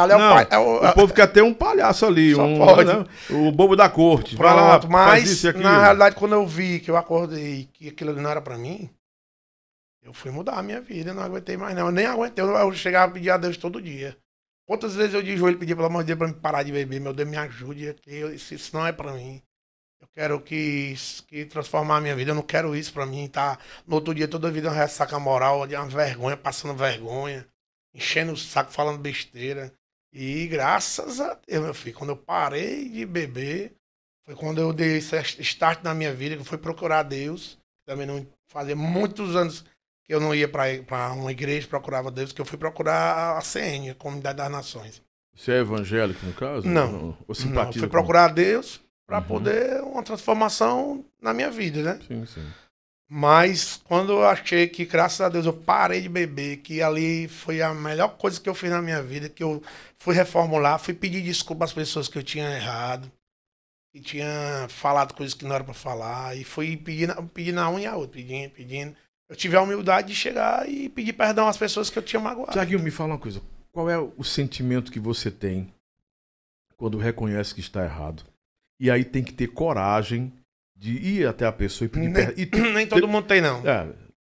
O povo quer ter um palhaço ali. Né? O bobo da corte. Pronto, vai lá, mas na realidade, quando eu vi que eu acordei que aquilo ali não era pra mim, eu fui mudar a minha vida. Eu não aguentei mais, não. Eu nem aguentei. Eu chegava a pedir a Deus todo dia. Quantas vezes eu de joelho pedi, pelo amor de Deus, pra me parar de beber? Meu Deus, me ajude aqui. Isso não é pra mim. Eu quero que transformar a minha vida. Eu não quero isso pra mim. Tá no outro dia, toda a vida, uma ressaca moral, de uma vergonha, passando vergonha, enchendo o saco, falando besteira. E graças a Deus, meu filho, quando eu parei de beber, foi quando eu dei esse start na minha vida, que eu fui procurar Deus. Também não fazia muitos anos que eu não ia para uma igreja, procurava Deus, que eu fui procurar a CN, a Comunidade das Nações. Você é evangélico, no caso? Não. Ou simpatiza? Eu fui procurar Deus para poder uma transformação na minha vida, né? Sim. Mas quando eu achei que, graças a Deus, eu parei de beber, que ali foi a melhor coisa que eu fiz na minha vida, que eu fui reformular, fui pedir desculpa às pessoas que eu tinha errado, que tinha falado coisas que não era para falar, e fui pedindo a um e a outro, pedindo. Eu tive a humildade de chegar e pedir perdão às pessoas que eu tinha magoado. Tiaguinho, me fala uma coisa. Qual é o sentimento que você tem quando reconhece que está errado? E aí tem que ter coragem de ir até a pessoa e pedir perdão. Nem todo mundo tem, não.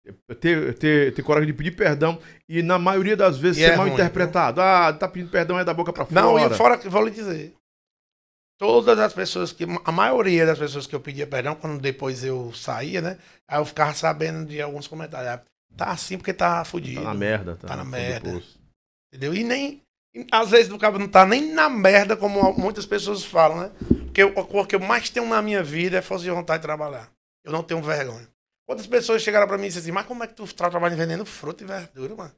Ter coragem de pedir perdão e na maioria das vezes ser mal interpretado. Tá pedindo perdão é da boca pra fora. Não, e fora, vou lhe dizer. Todas as pessoas a maioria das pessoas que eu pedia perdão, quando depois eu saía, né? Aí eu ficava sabendo de alguns comentários. Tá assim porque tá fudido. Tá na merda. Tá na merda. Entendeu? E nem... Às vezes o cara não tá nem na merda, como muitas pessoas falam, né? Porque o que eu mais tenho na minha vida é força de vontade de trabalhar. Eu não tenho vergonha. Quantas pessoas chegaram pra mim e disseram assim, mas como é que tu tá trabalhando vendendo fruta e verdura, mano?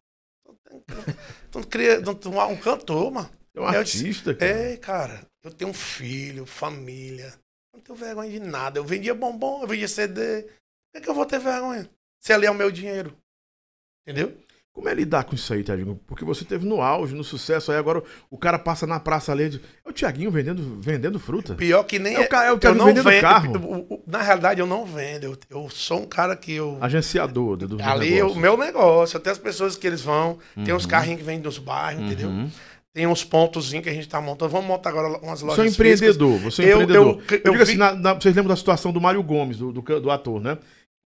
Tu é um cantor, mano. É um artista, cara. Cara, eu tenho um filho, família. Eu não tenho vergonha de nada. Eu vendia bombom, eu vendia CD. Por que eu vou ter vergonha? Se ali é o meu dinheiro. Entendeu? Como é lidar com isso aí, Tiaguinho? Porque você teve no auge, no sucesso, aí agora o cara passa na praça ali, é o Tiaguinho vendendo fruta. Pior que nem é o Tiaguinho vendendo carro. Na realidade, eu não vendo. Eu sou um cara que eu... Agenciador do ali é o meu negócio. Até as pessoas que eles vão, tem uns carrinhos que vêm dos bairros, entendeu? Tem uns pontozinhos que a gente tá montando. Vamos montar agora umas lojas. Você é empreendedor, você é empreendedor. Eu digo assim, vocês lembram da situação do Mário Gomes, do ator, né?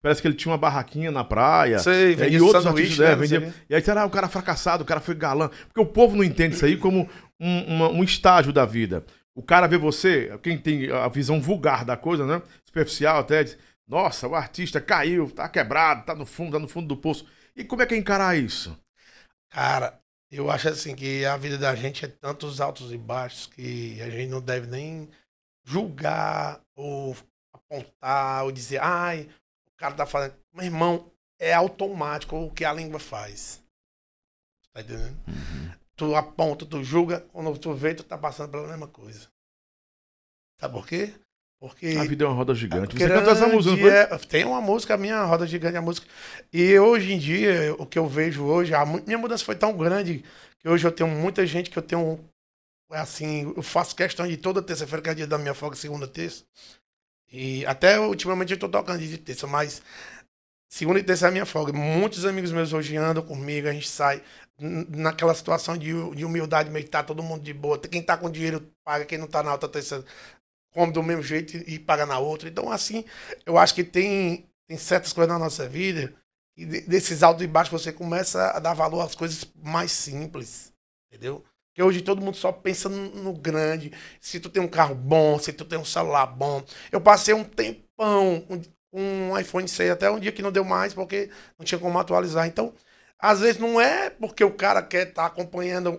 parece que ele tinha uma barraquinha na praia. Sei, e vendia outros sanduíche, artistas, né, vendia. E aí, será o cara fracassado, o cara foi galã. Porque o povo não entende isso aí como um estágio da vida. O cara vê você, quem tem a visão vulgar da coisa, né? Superficial até, diz, nossa, o artista caiu, tá quebrado, tá no fundo do poço. E como é que é encarar isso? Cara, eu acho assim que a vida da gente é tantos altos e baixos que a gente não deve nem julgar ou apontar ou dizer, ai, o cara tá fazendo. Meu irmão, é automático o que a língua faz. Tá entendendo? Tu aponta, tu julga, quando tu vê, tu tá passando pela mesma coisa. Sabe por quê? Porque A vida é uma roda gigante. Você grande canta essa música, não foi? tem uma música, a minha Roda Gigante, a música. E hoje em dia, o que eu vejo hoje, minha mudança foi tão grande que hoje eu tenho muita gente que eu tenho, assim, eu faço questão de toda terça-feira, que é dia da minha folga, segunda e terça. E até ultimamente eu tô tocando de terça, mas segunda e terça é a minha folga. Muitos amigos meus hoje andam comigo, a gente sai naquela situação de humildade, meio que tá todo mundo de boa. Quem tá com dinheiro paga, quem não tá na outra terça come do mesmo jeito e paga na outra. Então, assim, eu acho que tem certas coisas na nossa vida e desses altos e baixos você começa a dar valor às coisas mais simples, entendeu? Porque hoje todo mundo só pensa no grande. Se tu tem um carro bom, se tu tem um celular bom. Eu passei um tempão com um iPhone 6 até um dia que não deu mais porque não tinha como atualizar. Então, às vezes não é porque o cara quer estar acompanhando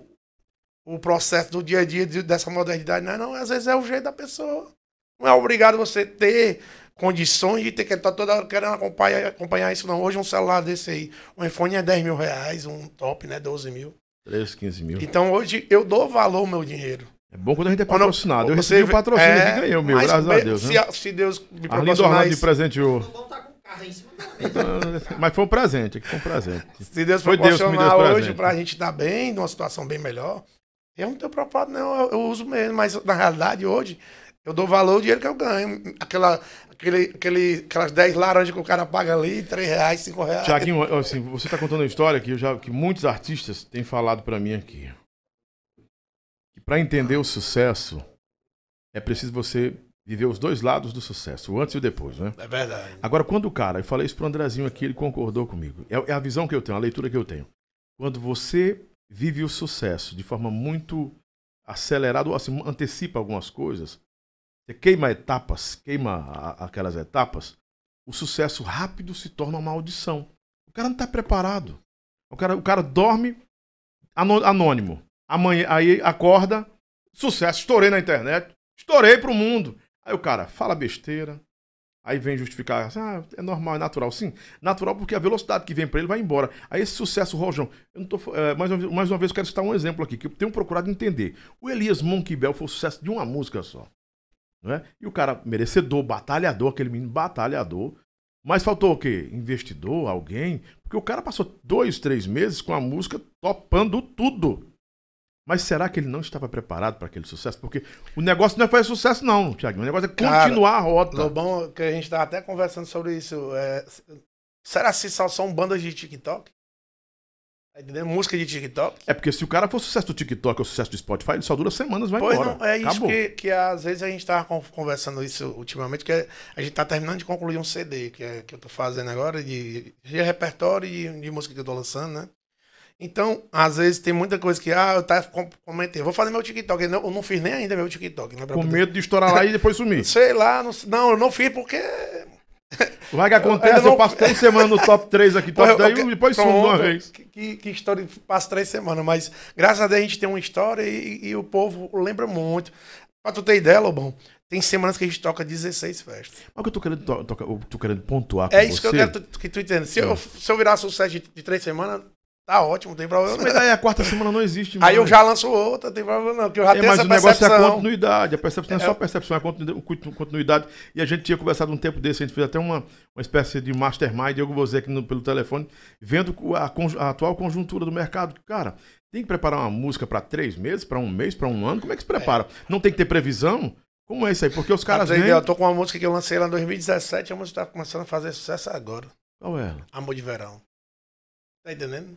o processo do dia a dia dessa modernidade, não, às vezes é o jeito da pessoa. Não é obrigado você ter condições de ter que estar toda hora querendo acompanhar isso, não. Hoje um celular desse aí, um iPhone é 10 mil reais, um top, né, 12 mil. 13, 15 mil. Então hoje eu dou valor ao meu dinheiro. É bom quando a gente é patrocinado. Eu recebi o patrocínio aqui e ganhei o meu, graças a Deus. Né? Se Deus me Arlindo proporcionar Orlando me isso, presenteou. Mas foi um presente, aqui foi um presente. se Deus Foi Deus que me deu proporcionar esse hoje presente. pra gente estar bem, numa situação bem melhor, eu não tenho propósito, não. Eu uso mesmo, mas na realidade hoje eu dou valor ao dinheiro que eu ganho. Aquelas 10 laranjas que o cara paga ali, 3 reais, 5 reais. Tiaguinho, assim, você está contando uma história que muitos artistas têm falado para mim aqui. Que para entender o sucesso é preciso você viver os dois lados do sucesso, o antes e o depois, né? É verdade. Agora, quando o cara, eu falei isso pro Andrezinho aqui, ele concordou comigo. É a visão que eu tenho, a leitura que eu tenho. Quando você vive o sucesso de forma muito acelerada, ou assim, antecipa algumas coisas, você queima etapas, aquelas etapas, o sucesso rápido se torna uma maldição. O cara não está preparado. O cara dorme anônimo. Amanhã, aí acorda, sucesso, estourei na internet, estourei pro mundo. Aí o cara fala besteira, aí vem justificar, assim, é normal, é natural. Sim, natural porque a velocidade que vem para ele vai embora. Aí esse sucesso, Rojão, eu não tô, mais uma vez eu quero citar um exemplo aqui, que eu tenho procurado entender. O Elias Monkey Bell foi o sucesso de uma música só. Não é? E o cara merecedor, batalhador, aquele menino batalhador. Mas faltou o quê? Investidor, alguém? Porque o cara passou 2, 3 meses com a música topando tudo. Mas será que ele não estava preparado para aquele sucesso? Porque o negócio não foi sucesso, não, Thiago. O negócio é continuar a rota. Lobão, que a gente estava até conversando sobre isso. Será que só são bandas de TikTok? Tá entendendo? Música de TikTok? É porque se o cara for sucesso do TikTok ou sucesso do Spotify, ele só dura semanas, vai pois embora. Não, é isso Acabou. que às vezes a gente tava conversando isso ultimamente, que a gente tá terminando de concluir um CD que eu tô fazendo agora, de repertório e de música que eu tô lançando, né? Então, às vezes tem muita coisa que, eu comentei, vou fazer meu TikTok. Eu não fiz nem ainda meu TikTok. Né, Com medo de estourar lá e depois sumir. Sei lá, não, eu não fiz porque... Vai que acontece, eu passo 3 semanas no top 3 aqui, top 10 e depois sumo de uma vez. Que história, passa 3 semanas, mas graças a Deus a gente tem uma história e o povo lembra muito. Pra tu ter ideia, Lobão, tem semanas que a gente toca 16 festas. Mas o que eu tô querendo pontuar com você. É isso você. que eu quero que tu entenda. Se eu virar sucesso de 3 semanas... Tá ótimo, não tem problema. Mas aí a quarta semana não existe mais. Aí eu já lanço outra, não tem problema não, porque eu já tenho essa percepção. Mas o negócio é a continuidade. A percepção não é só percepção, é continuidade. E a gente tinha conversado um tempo desse, a gente fez até uma espécie de mastermind, eu vou dizer aqui pelo telefone, vendo a atual conjuntura do mercado. Cara, tem que preparar uma música para 3 meses, para 1 mês, para 1 ano? Como é que se prepara? Não tem que ter previsão? Como é isso aí? Porque os caras vêm... Eu tô com uma música que eu lancei lá em 2017, a música tá começando a fazer sucesso agora. Qual é ela? Amor de Verão. Tá entendendo?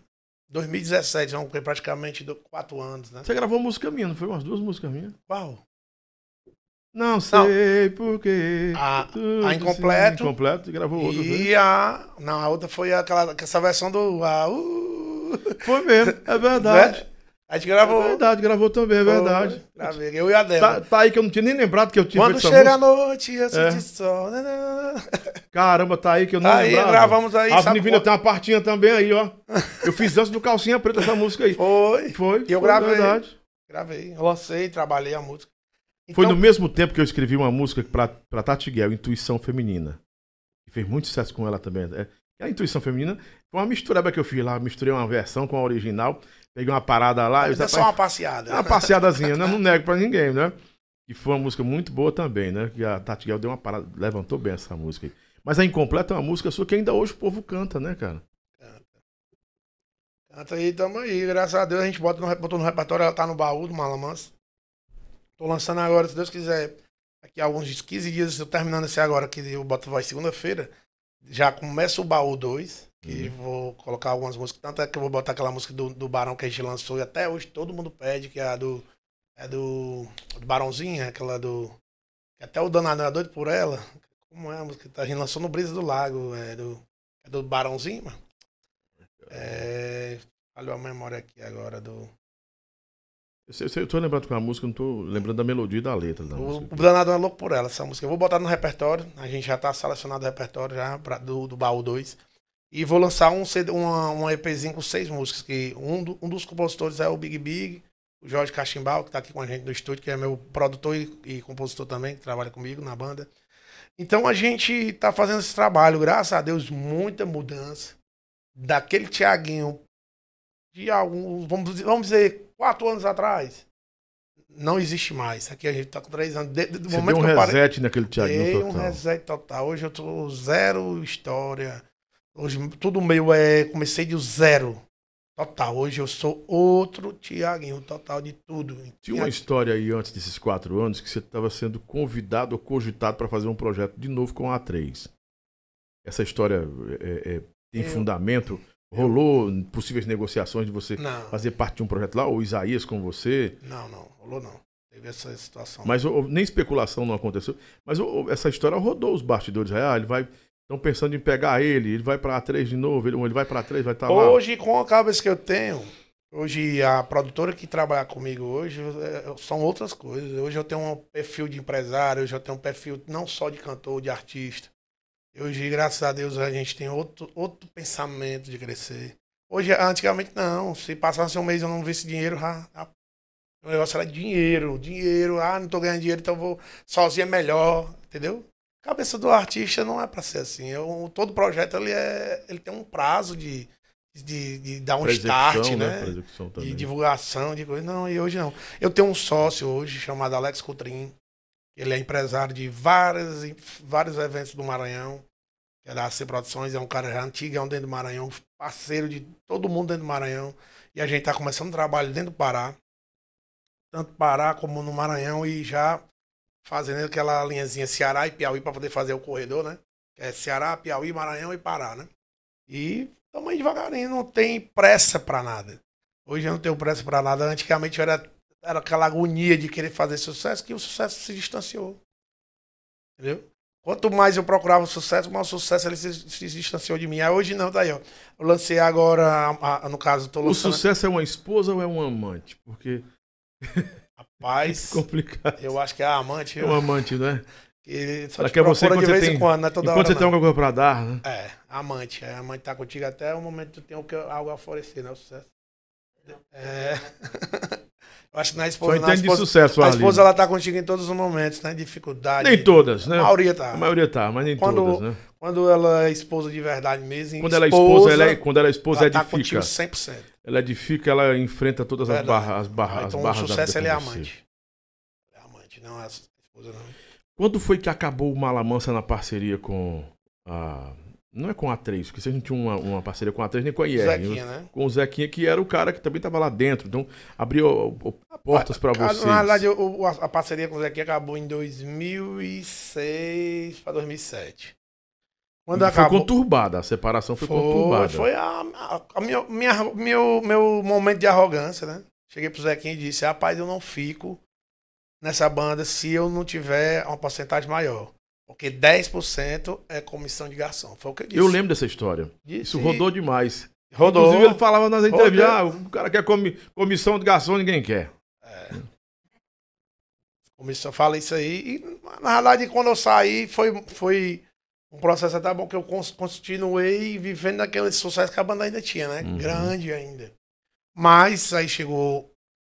2017, vamos ter praticamente 4 anos, né? Você gravou música minha, não foi? Umas 2 músicas minhas? Qual? Não sei porquê. A Incompleto. Incompleto e gravou outra. E a outra foi essa versão do. Foi mesmo, é verdade. Né? A gente gravou. É verdade, gravou também, é verdade. Gravei, eu e a Débora. Tá aí que eu não tinha nem lembrado que eu tinha Quando feito essa chega música. a noite, eu senti sol. Caramba, tá aí que eu não Aí lembrava. gravamos aí. As Divina tem uma partinha também aí, ó. Eu fiz antes do Calcinha Preta essa música aí. Foi. E eu foi gravei. Verdade. Gravei, lancei, trabalhei a música. Foi Então, no mesmo tempo que eu escrevi uma música pra Tati Guel, Intuição Feminina. E fez muito sucesso com ela também. A Intuição Feminina foi uma mistureba que eu fiz lá. Misturei uma versão com a original. Peguei uma parada lá. é só uma passeada. Uma passeadazinha, né? Não nego pra ninguém, né? E foi uma música muito boa também, né? Que a Tati Guel deu uma parada, levantou bem essa música aí. Mas a Incompleta é uma música sua que ainda hoje o povo canta, né, cara? Canta aí, tamo aí. Graças a Deus a gente botou no repertório, ela tá no baú do Malamansa. Tô lançando agora, se Deus quiser, daqui a alguns 15 dias, eu terminando esse agora, que eu boto voz segunda-feira, já começa o baú 2, que vou colocar algumas músicas, tanto é que eu vou botar aquela música do Barão que a gente lançou, e até hoje todo mundo pede, que é a do Barãozinho, aquela do... que até o Danado é doido por ela. Como é a música que a gente lançou no Brisa do Lago, é do Barãozinho, mano. Falhou a memória aqui agora do... Eu tô lembrando com a música, não tô lembrando da melodia e da letra da O música. Danado é louco por ela, essa música. Eu vou botar no repertório. A gente já tá selecionado o repertório já do baú 2. E vou lançar um EPzinho com 6 músicas. Que um dos compositores é o Big, o Jorge Cachimbal, que tá aqui com a gente no estúdio, que é meu produtor e compositor também, que trabalha comigo na banda. Então a gente tá fazendo esse trabalho, graças a Deus, muita mudança. Daquele Thiaguinho de alguns, vamos dizer, 4 anos atrás, não existe mais. Aqui a gente tá com 3 anos. Do Você momento deu um que reset naquele Thiaguinho dei total. um reset total. Hoje eu tô zero história. Hoje tudo meu comecei de zero total. Hoje eu sou outro Thiaguinho total de tudo. Tinha uma história aí antes desses 4 anos que você estava sendo convidado ou cogitado para fazer um projeto de novo com a A3. Essa história tem fundamento? Rolou possíveis negociações de você fazer parte de um projeto lá? Ou Isaías com você? Não, rolou não. Teve essa situação. Mas nem especulação não aconteceu. Mas essa história rodou os bastidores. Estão pensando em pegar ele vai pra A3 de novo, ele vai pra A3, vai estar lá. Hoje, com a cabeça que eu tenho, hoje a produtora que trabalha comigo hoje são outras coisas. Hoje eu tenho um perfil de empresário, hoje eu tenho um perfil não só de cantor, de artista. Hoje, graças a Deus, a gente tem outro pensamento de crescer. Hoje, antigamente não. Se passasse um mês e eu não visse dinheiro, o negócio era dinheiro. Não tô ganhando dinheiro, então vou sozinho é melhor, entendeu? A cabeça do artista não é pra ser assim. Todo projeto ele tem um prazo de dar um start, né? De divulgação, de coisa. Não, e hoje não. Eu tenho um sócio hoje chamado Alex Coutrin. Ele é empresário de vários eventos do Maranhão. Que é da AC Produções, é um cara já antigo, dentro do Maranhão, parceiro de todo mundo dentro do Maranhão. E a gente tá começando um trabalho dentro do Pará. Tanto Pará como no Maranhão e já fazendo aquela linhazinha Ceará e Piauí para poder fazer o corredor, né? Que é Ceará, Piauí, Maranhão e Pará, né? E estamos aí devagarinho, não tem pressa para nada. Hoje eu não tenho pressa para nada. Antigamente era aquela agonia de querer fazer sucesso, que o sucesso se distanciou. Entendeu? Quanto mais eu procurava o sucesso, mais o sucesso ele se distanciou de mim. Aí hoje não, daí ó. Eu lancei agora, no caso, tô lançando... O sucesso é uma esposa ou é um amante? Porque... Rapaz, é complicado. Eu acho que é a amante. É um amante, né? Que só te é você procura de vez em quando, não é toda hora. Enquanto você tem alguma coisa pra dar, né? Amante. A amante tá contigo até o momento que tu tem algo a oferecer, né? O sucesso. Eu acho que na esposa... Só entende de sucesso, a esposa, ela tá contigo em todos os momentos, né? Dificuldade. Nem todas, né? A maioria tá. A maioria tá, mas nem todas, né? Quando ela é esposa de verdade mesmo... Quando ela é esposa, quando ela é esposa, ela edifica. Tá contigo 100%. Ela edifica, ela enfrenta todas as barras então, o sucesso, ele é amante. É amante, não é esposa, não. Quando foi que acabou o Malamansa na parceria com a... Não é com a A3, porque vocês não tinham uma parceria com a A3 nem com a IR. Zequinha, né? Com o Zequinha, que era o cara que também estava lá dentro. Então, abriu portas para vocês. Na verdade, a parceria com o Zequinha acabou em 2006 para 2007. Quando foi conturbada, a separação foi conturbada. Foi meu momento de arrogância, né? Cheguei pro Zequinha e disse, rapaz, eu não fico nessa banda se eu não tiver uma porcentagem maior. Porque 10% é comissão de garçom. Foi o que eu disse. Eu lembro dessa história. Disse. Isso rodou demais. Rodou. Inclusive, ele falava nas entrevistas, Rodou. o cara quer comissão de garçom, ninguém quer. Comissão, fala isso aí. E, na verdade, quando eu saí, foi um processo até bom que eu continuei vivendo naquele sucesso que a banda ainda tinha, né? Grande ainda. Mas aí chegou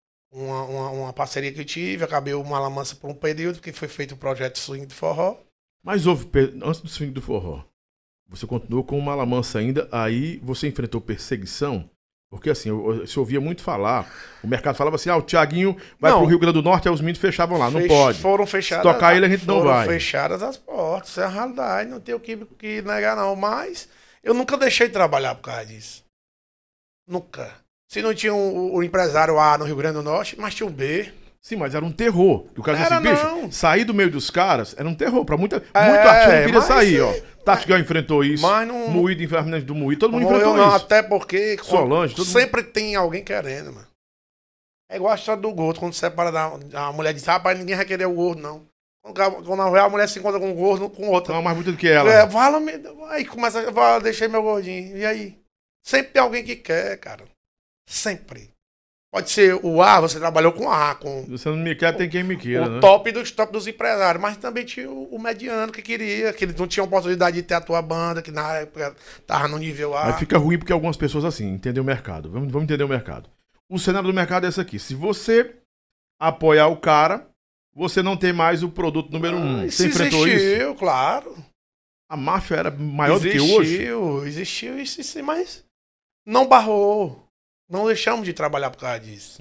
uma parceria que eu tive, acabei o Malamansa por um período, que foi feito o projeto Swing do Forró. Mas antes do Swing do Forró, você continuou com o Malamansa ainda, aí você enfrentou perseguição? Porque assim, você ouvia muito falar, o mercado falava assim, o Thiaguinho vai pro Rio Grande do Norte, aí os meninos fechavam lá, não pode. Foram fechadas. Se tocar ele, a gente não vai. Foram fechadas as portas, isso é a realidade, não tem o que negar não, mas eu nunca deixei de trabalhar por causa disso. Nunca. Se não tinha o empresário A no Rio Grande do Norte, mas tinha o B. Sim, mas era um terror. O cara dizia assim, não. bicho, sair do meio dos caras era um terror. Pra muito artista não queria sair, ó. Tatigal enfrentou isso. Mas não... Moído, Fernandes do Moído, todo mundo enfrentou não, isso. até porque Solange, sempre tem alguém querendo, mano. É igual a história do gordo, quando separa a mulher diz, rapaz, ninguém vai querer o gordo, não. Quando a mulher se encontra com o gordo, com outra. Não, mais muito do que ela. Fala-me, aí começa, deixei meu gordinho. E aí? Sempre tem alguém que quer, cara. Sempre. Pode ser o A, você trabalhou com A, com... Você não me quer, tem quem me queira, né? O top dos empresários. Mas também tinha o mediano que queria, que ele não tinha oportunidade de ter a tua banda, que na época tava no nível A. Aí fica ruim porque algumas pessoas assim, entendem o mercado. Vamos entender o mercado. O cenário do mercado é esse aqui. Se você apoiar o cara, você não tem mais o produto número 1. Você enfrentou isso? Existiu, claro. A máfia era maior do que hoje? Existiu, mas não barrou. Não deixamos de trabalhar por causa disso.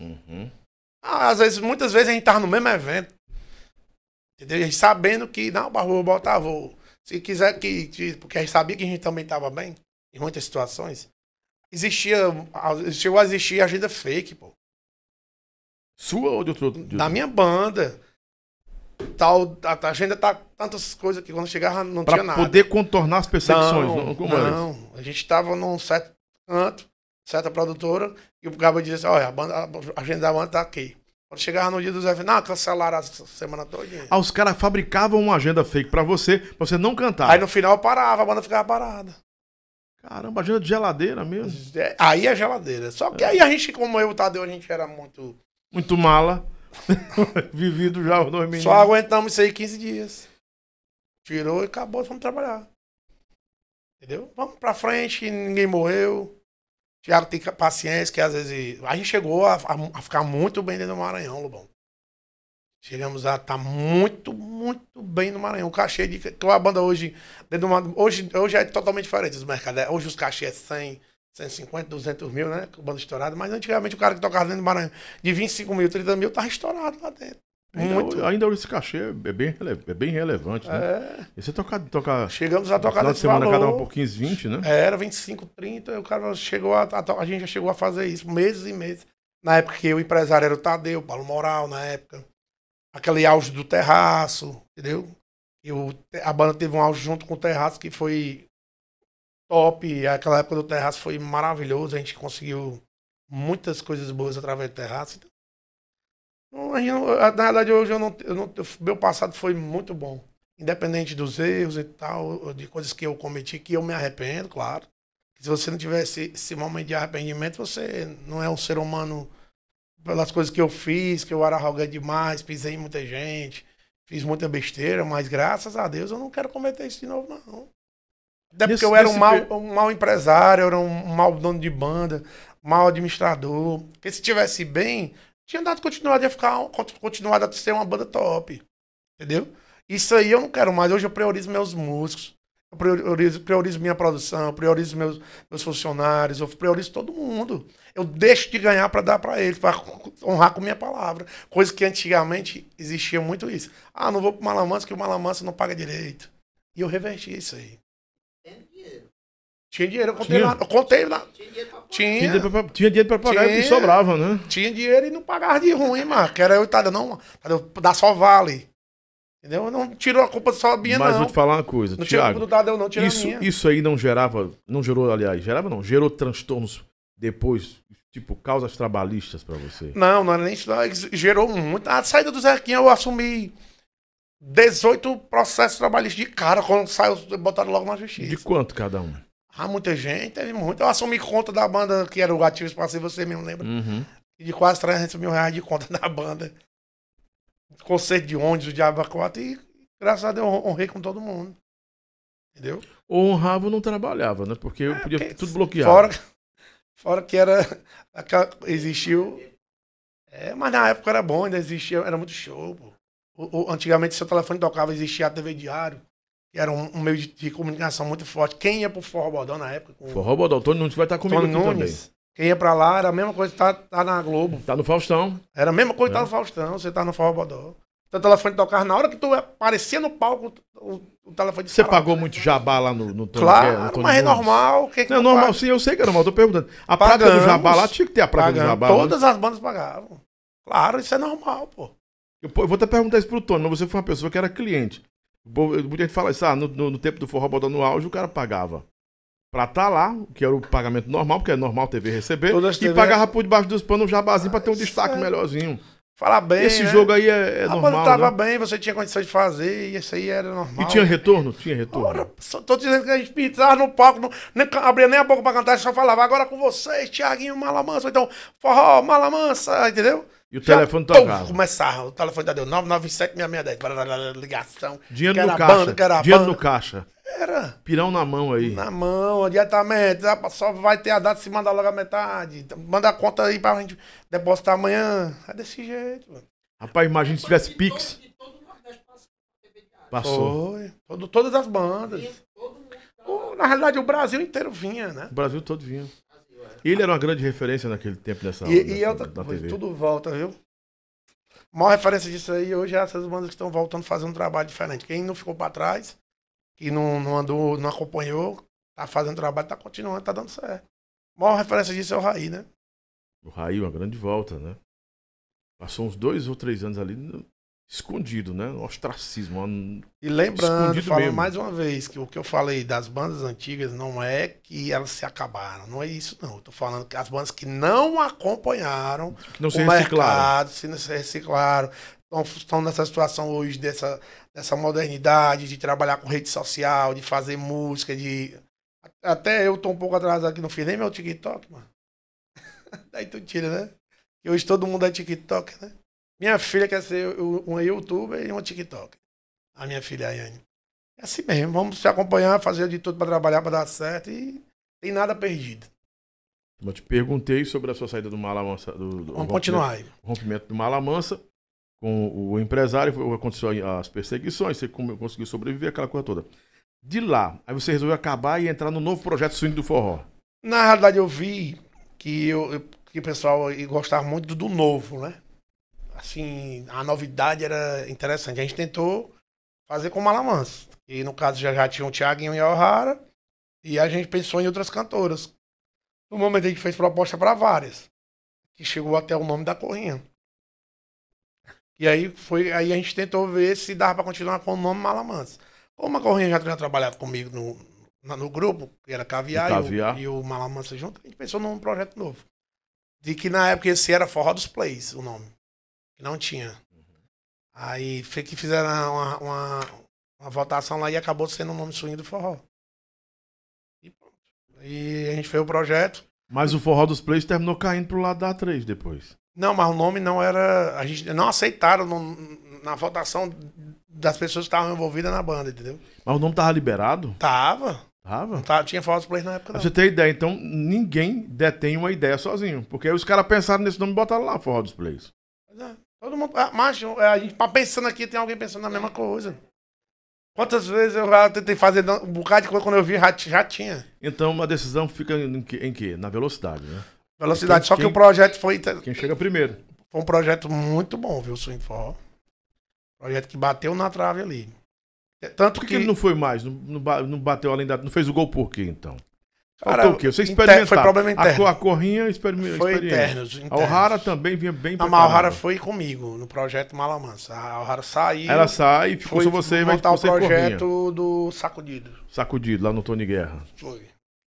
Muitas vezes a gente tava no mesmo evento. Entendeu? A gente sabendo que, não, vou botar, vou. Se quiser porque a gente sabia que a gente também tava bem, em muitas situações. Chegou a existir agenda fake, pô. Sua ou de outro? Da minha banda. A agenda tá tantas coisas que quando chegava não tinha nada. Pra poder contornar as perseguições. Não. A gente tava num certo canto, certa produtora, e o cara dizia assim, olha, a agenda da banda tá aqui. Quando chegava no dia dos eventos, não, cancelaram a semana toda. Os caras fabricavam uma agenda fake pra você não cantar. Aí no final eu parava, a banda ficava parada. Caramba, agenda de geladeira mesmo. Aí é geladeira. Só que aí a gente, como eu e o Tadeu, a gente era muito... Muito mala. Vivido já os 2 meninos. Só aguentamos isso aí 15 dias. Tirou e acabou, vamos trabalhar. Entendeu? Vamos pra frente, ninguém morreu. Thiago tem paciência, que às vezes... A gente chegou a ficar muito bem dentro do Maranhão, Lobão. Chegamos a estar muito, muito bem no Maranhão. O cachê de... Que a banda hoje... Hoje é totalmente diferente dos mercados. Hoje os cachês é 100, 150, 200 mil, né? Com banda estourada. Mas antigamente o cara que tocava dentro do Maranhão de 25 mil, 30 mil, tava estourado lá dentro. Ainda esse cachê é bem relevante, né? E você tocar... Chegamos a tocar nesse semana cada um por 15, 20, né? Era 25, 30. O cara chegou a gente já chegou a fazer isso meses e meses. Na época que o empresário era o Tadeu, Paulo Moral, na época. Aquele auge do Terraço, entendeu? E a banda teve um auge junto com o Terraço que foi top. E aquela época do Terraço foi maravilhoso. A gente conseguiu muitas coisas boas através do Terraço. Na verdade, hoje meu passado foi muito bom. Independente dos erros e tal, de coisas que eu cometi, que eu me arrependo, claro. Se você não tivesse esse momento de arrependimento, você não é um ser humano pelas coisas que eu fiz, que eu era arrogante demais, pisei em muita gente, fiz muita besteira, mas graças a Deus eu não quero cometer isso de novo, não. Até porque eu era um mau empresário, eu era um mau dono de banda, um mau administrador. Porque se tivesse bem... tinha dado continuado a ser uma banda top. Entendeu? Isso aí eu não quero mais. Hoje eu priorizo meus músicos. Eu priorizo minha produção. Eu priorizo meus funcionários. Eu priorizo todo mundo. Eu deixo de ganhar para dar para eles. Para honrar com minha palavra. Coisa que antigamente existia muito isso. Ah, não vou pro Malamansa que o Malamansa não paga direito. E eu reverti isso aí. Tinha dinheiro, eu contei lá. Tinha dinheiro pra pagar e sobrava, né? Tinha dinheiro e não pagava de ruim, mano. Que era eu e Tadeu, não. Tadeu, dá só vale. Entendeu? Não tirou a culpa só minha, não. Mas não. vou te falar uma coisa, não Thiago. Não tirou a culpa do Tadeu, não, Isso aí não gerou transtornos depois? Tipo, causas trabalhistas pra você? Não, não era nem isso. Não, gerou muito. A saída do Zequinha, eu assumi 18 processos trabalhistas de cara. Quando saiu, botaram logo na justiça. De quanto cada um? Ah, muita gente, teve muito. Eu assumi conta da banda, que era o Ativos Passei, você mesmo lembra? Uhum. De quase 300 mil reais de conta da banda. Concerto de ônibus, o Diabo 4. E graças a Deus, eu honrei com todo mundo. Entendeu? Ou honrava ou não trabalhava, né? Porque eu podia ter tudo bloqueado. Fora que era. Existiu. Mas na época era bom, ainda existia, era muito show, pô. Antigamente, seu telefone tocava, existia a TV Diário, que era um meio de comunicação muito forte. Quem ia pro Forró Bodó na época? Forró Bodó, Tony Nunes vai estar comigo Tony aqui Nunes, também. quem ia pra lá era a mesma coisa que tá na Globo. Tá no Faustão. Era a mesma coisa que tá no Faustão, você tá no Forró Bodó. Seu telefone tocava, na hora que tu aparecia no palco, o telefone Você disparava. pagou muito jabá lá no Tony Claro, no Tony mas é Nunes? normal. Não, normal, sim, eu sei que é normal, tô perguntando. A praga do Pagamos. jabá lá tinha que ter a praga do jabá. Todas as bandas pagavam. Claro, isso é normal, pô. Eu vou até perguntar isso pro Tony, mas você foi uma pessoa que era cliente. Muita gente fala isso, no tempo do Forró Bodó no auge, o cara pagava pra estar lá, que era o pagamento normal, porque é normal TV receber, Todas as e TV pagava por debaixo dos panos um jabazinho pra ter um Isso destaque é. melhorzinho. Fala bem, Esse né? jogo aí é A normal, banda tava né? bem, você tinha condições de fazer, e isso aí era normal. E tinha retorno? Tinha retorno. Ora, só tô dizendo que a gente pisava no palco, nem abria nem a boca pra cantar, só falava, agora com vocês, Thiaguinho Malamansa, ou então, Forró, Malamansa, entendeu? E o telefone tocava. Começava, o telefone já deu 997-6610, ligação. Dinheiro que no era caixa. banda, que era Dinheiro banda. no caixa. Era. Pirão na mão aí. Na mão, diretamente, só vai ter a data se mandar logo a metade. Manda a conta aí pra gente depositar amanhã. É desse jeito, mano. Rapaz, imagina se tivesse Pix. Passou. Foi. Todas as bandas. Na realidade, o Brasil inteiro vinha, né? O Brasil todo vinha. Ele era uma grande referência naquele tempo dessa E outra da coisa, TV. tudo volta, viu? A maior referência disso aí hoje é essas bandas que estão voltando a fazer um trabalho diferente. Quem não ficou pra trás, que não andou, não acompanhou, tá fazendo trabalho, tá continuando, tá dando certo. A maior referência disso é o Raí, né? O Raí, uma grande volta, né? Passou uns 2 ou 3 anos ali escondido, né? No ostracismo. E lembrando, Escondido falando mesmo. mais uma vez, que o que eu falei das bandas antigas não é que elas se acabaram, não é isso não. Eu tô falando que as bandas que não acompanharam Que não se o reciclaram. mercado, se não se reciclaram, estão nessa situação hoje dessa modernidade de trabalhar com rede social, de fazer música, de... Até eu tô um pouco atrasado aqui, não fiz nem meu TikTok, mano. Daí tu tira, né? E hoje todo mundo é TikTok, né? Minha filha quer ser uma youtuber e uma TikTok. A minha filha, a Yane. É assim mesmo, vamos se acompanhar, fazer de tudo pra trabalhar, pra dar certo e tem nada perdido. Eu te perguntei sobre a sua saída do Malamansa. Vamos continuar aí. O rompimento do Malamansa com o empresário, aconteceu as perseguições, você conseguiu sobreviver, aquela coisa toda. De lá, aí você resolveu acabar e entrar no novo projeto Swing do Forró. Na realidade, eu vi que o pessoal gostava muito do novo, né? Assim, a novidade era interessante. A gente tentou fazer com o Malamansa. E no caso já tinha o Thiaguinho e a O'Hara. E a gente pensou em outras cantoras. No momento a gente fez proposta para várias. Que chegou até o nome da Corrinha. E aí a gente tentou ver se dava para continuar com o nome Malamansa. Como a Corrinha já tinha trabalhado comigo no grupo, que era Caviar, e o Malamansa junto, a gente pensou num projeto novo. De que na época esse era Forró dos Plays, o nome. Que não tinha. Aí foi que fizeram uma votação lá e acabou sendo o nome Swing do Forró. E pronto. E a gente fez o projeto. Mas o Forró dos Plays terminou caindo pro lado da A3 depois. Não, mas o nome não era... A gente não aceitaram na votação das pessoas que estavam envolvidas na banda, entendeu? Mas o nome tava liberado? Tava. Tava? Não tava, tinha Forró dos Plays na época, Pra não. você ter ideia, então ninguém detém uma ideia sozinho. Porque aí os caras pensaram nesse nome e botaram lá Forró dos Plays. Pois é. Todo mundo... Mas a gente tá pensando aqui, tem alguém pensando na mesma coisa. Quantas vezes eu já tentei fazer um bocado de coisa, quando eu vi, já tinha. Então uma decisão fica em quê? Na velocidade, né? Velocidade. Só que o projeto foi Quem chega primeiro. um projeto muito bom, viu, o Swing Forró. Projeto que bateu na trave ali. Tanto Por que ele não foi mais? Não bateu além da... Não fez o gol por quê, então? Cara, Faltou o quê? Você experimentar. foi problema interno. A Corrinha experimentou. Foi interno. A O'Hara também vinha bem A preparada. O'Hara foi comigo, no projeto Malamansa. A O'Hara saiu. Ela sai e ficou foi só você e vai montar o você e Corrinha. projeto do Sacudido. Sacudido, lá no Tony Guerra. Foi.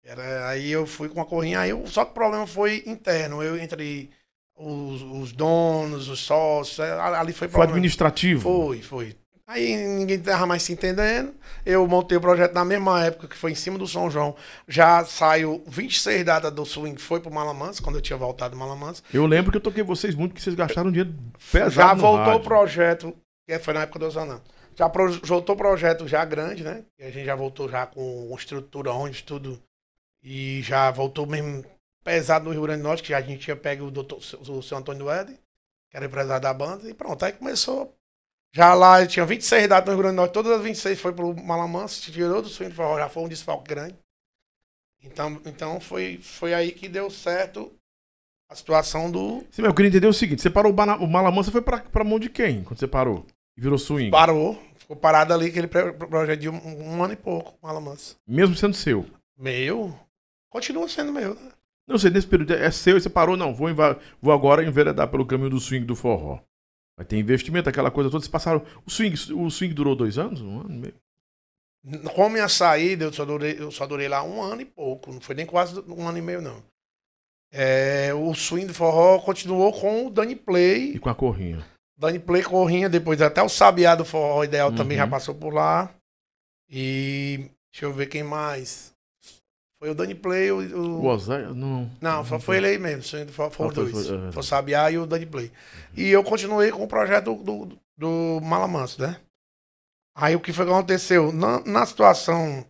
Aí eu fui com a corrinha, só que o problema foi interno, eu entre os donos, os sócios, ali foi Foi problema. administrativo? Foi. Aí ninguém tava mais se entendendo. Eu montei o projeto na mesma época, que foi em cima do São João. Já saiu 26 datas do swing, foi pro Malamansa, quando eu tinha voltado do Malamansa. Eu lembro que eu toquei vocês muito, que vocês gastaram dinheiro pesado Já no voltou rádio. o projeto, que foi na época do Zanã. Já voltou o projeto já grande, né? E a gente já voltou já com estrutura onde tudo. E já voltou mesmo pesado no Rio Grande do Norte, que a gente tinha pego o seu Antônio Duede, que era empresário da banda, e pronto, aí começou. Já lá, eu tinha 26 datas no Rio Grande do Norte, todas as 26 foi pro Malamansa, tirou do swing, já foi um desfalque grande. Então foi aí que deu certo a situação do... Sim, mas eu queria entender o seguinte, você parou o Malamansa, foi pra mão de quem, quando você parou? E virou swing? Parou, ficou parado ali, aquele projeto de um ano e pouco, Malamansa. Mesmo sendo seu? Meu, continua sendo meu, né? Não sei, nesse período é seu e você parou, não, vou agora enveredar pelo caminho do swing do forró. Vai ter investimento, aquela coisa toda, vocês passaram... O swing durou 2 anos? 1 ano e meio? Com a minha saída, eu só durei lá 1 ano e pouco. Não foi nem quase 1 ano e meio, não. O swing do forró continuou com o Dani Play. E com a corrinha? Dani Play, corrinha, depois até o Sabiá do forró ideal também já passou por lá. E deixa eu ver quem mais. Foi o Dani Play, O Oséia? Não. Não, foi ele aí mesmo. Foi os dois. Foi Foi o Sabiá e o Dani Play. E eu continuei com o projeto do Malamanso, né? Aí o que foi que aconteceu? Na situação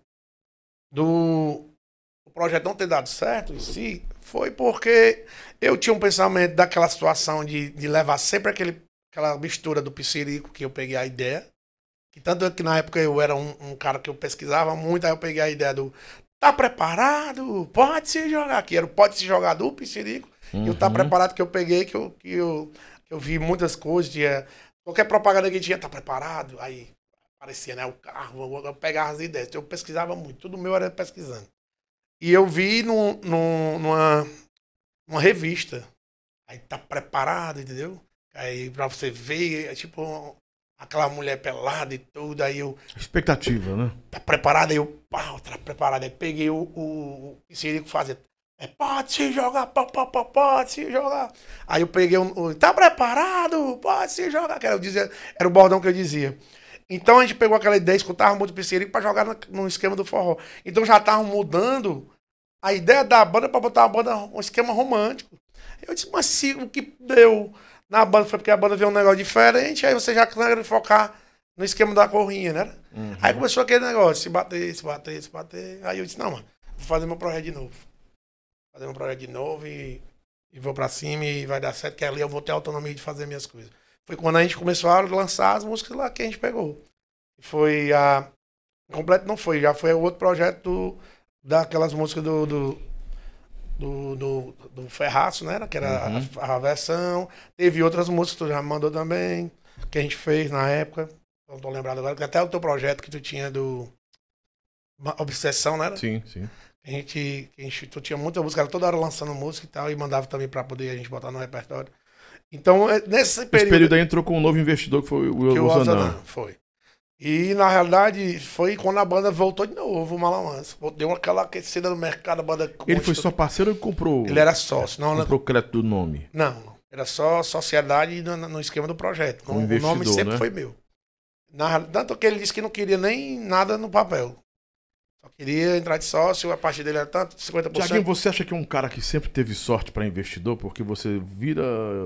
do projeto não ter dado certo em si, foi porque eu tinha um pensamento daquela situação de levar sempre aquela mistura do Pissirico, que eu peguei a ideia. Que tanto é que na época eu era um cara que eu pesquisava muito, aí eu peguei a ideia do tá preparado? Pode se jogar. Que era o pode se jogar do Pissirico. E o tá preparado que eu peguei, que eu vi muitas coisas. Qualquer propaganda que tinha, tá preparado? Aí aparecia, né? O carro, eu pegava as ideias. Eu pesquisava muito. Tudo meu era pesquisando. E eu vi numa revista. Aí tá preparado, entendeu? Aí pra você ver, tipo, aquela mulher pelada e tudo. Aí eu... Expectativa, né? Tá preparado? Aí eu, tá preparado. Aí peguei o Pissirico fazia. Pode se jogar, pode se jogar. Aí eu peguei tá preparado? Pode se jogar. Era o bordão que eu dizia. Então a gente pegou aquela ideia, escutava muito o Pissirico pra jogar no esquema do forró. Então já tava mudando a ideia da banda pra botar uma banda, um esquema romântico. Eu disse, mas se o que deu na banda foi porque a banda viu um negócio diferente, aí você já quer focar no esquema da corrinha, né? Aí começou aquele negócio, se bater. Aí eu disse, não, mano, vou fazer meu projeto de novo. E vou pra cima e vai dar certo, que ali eu vou ter autonomia de fazer minhas coisas. Foi quando a gente começou a lançar as músicas lá que a gente pegou. Foi a... Completo não foi, já foi outro projeto daquelas músicas do Ferraço, né? Que era a versão. Teve outras músicas que tu já mandou também, que a gente fez na época. Não tô lembrado agora, que até o teu projeto que tu tinha do Obsessão, né? Sim. Tu tinha muita música, era toda hora lançando música e tal, e mandava também pra poder a gente botar no repertório. Então, nesse período... Esse período aí entrou com um novo investidor, que foi o Zanã. Foi. E, na realidade, foi quando a banda voltou de novo, o Malamansa. Deu aquela aquecida no mercado, a banda... Ele foi só parceiro ou comprou? Ele era sócio. Comprou crédito do nome? Não. Era só sociedade no esquema do projeto. O nome sempre foi meu. Tanto que ele disse que não queria nem nada no papel. Só queria entrar de sócio, a parte dele era tanto, 50%. Tiaguinho, você acha que é um cara que sempre teve sorte para investidor? Porque você vira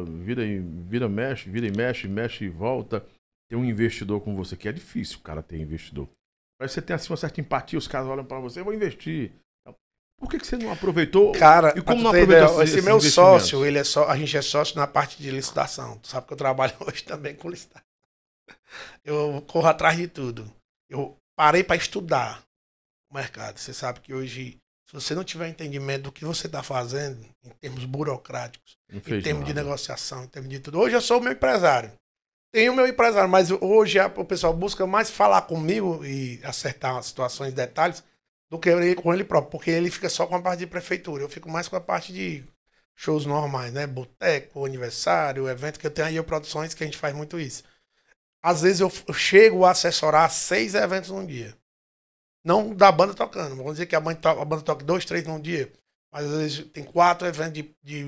e mexe e volta. Tem um investidor com você, que é difícil o cara ter investidor. Mas você tem assim uma certa empatia, os caras olham para você, eu vou investir. Por que você não aproveitou? Cara, e como não aproveitou esse meu sócio, a gente é sócio na parte de licitação. Tu sabe que eu trabalho hoje também com licitação. Eu corro atrás de tudo. Eu parei para estudar o mercado. Você sabe que hoje, se você não tiver entendimento do que você está fazendo, em termos burocráticos, em termos de negociação, em termos de tudo. Hoje eu sou o meu empresário. Tenho o meu empresário, mas hoje o pessoal busca mais falar comigo e acertar as situações, detalhes, do que com ele próprio, porque ele fica só com a parte de prefeitura. Eu fico mais com a parte de shows normais, né? Boteco, aniversário, evento, que eu tenho aí produções que a gente faz muito isso. Às vezes eu chego a assessorar 6 eventos num dia. Não da banda tocando. Vamos dizer que a banda toca 2, 3 num dia. Mas às vezes tem 4 eventos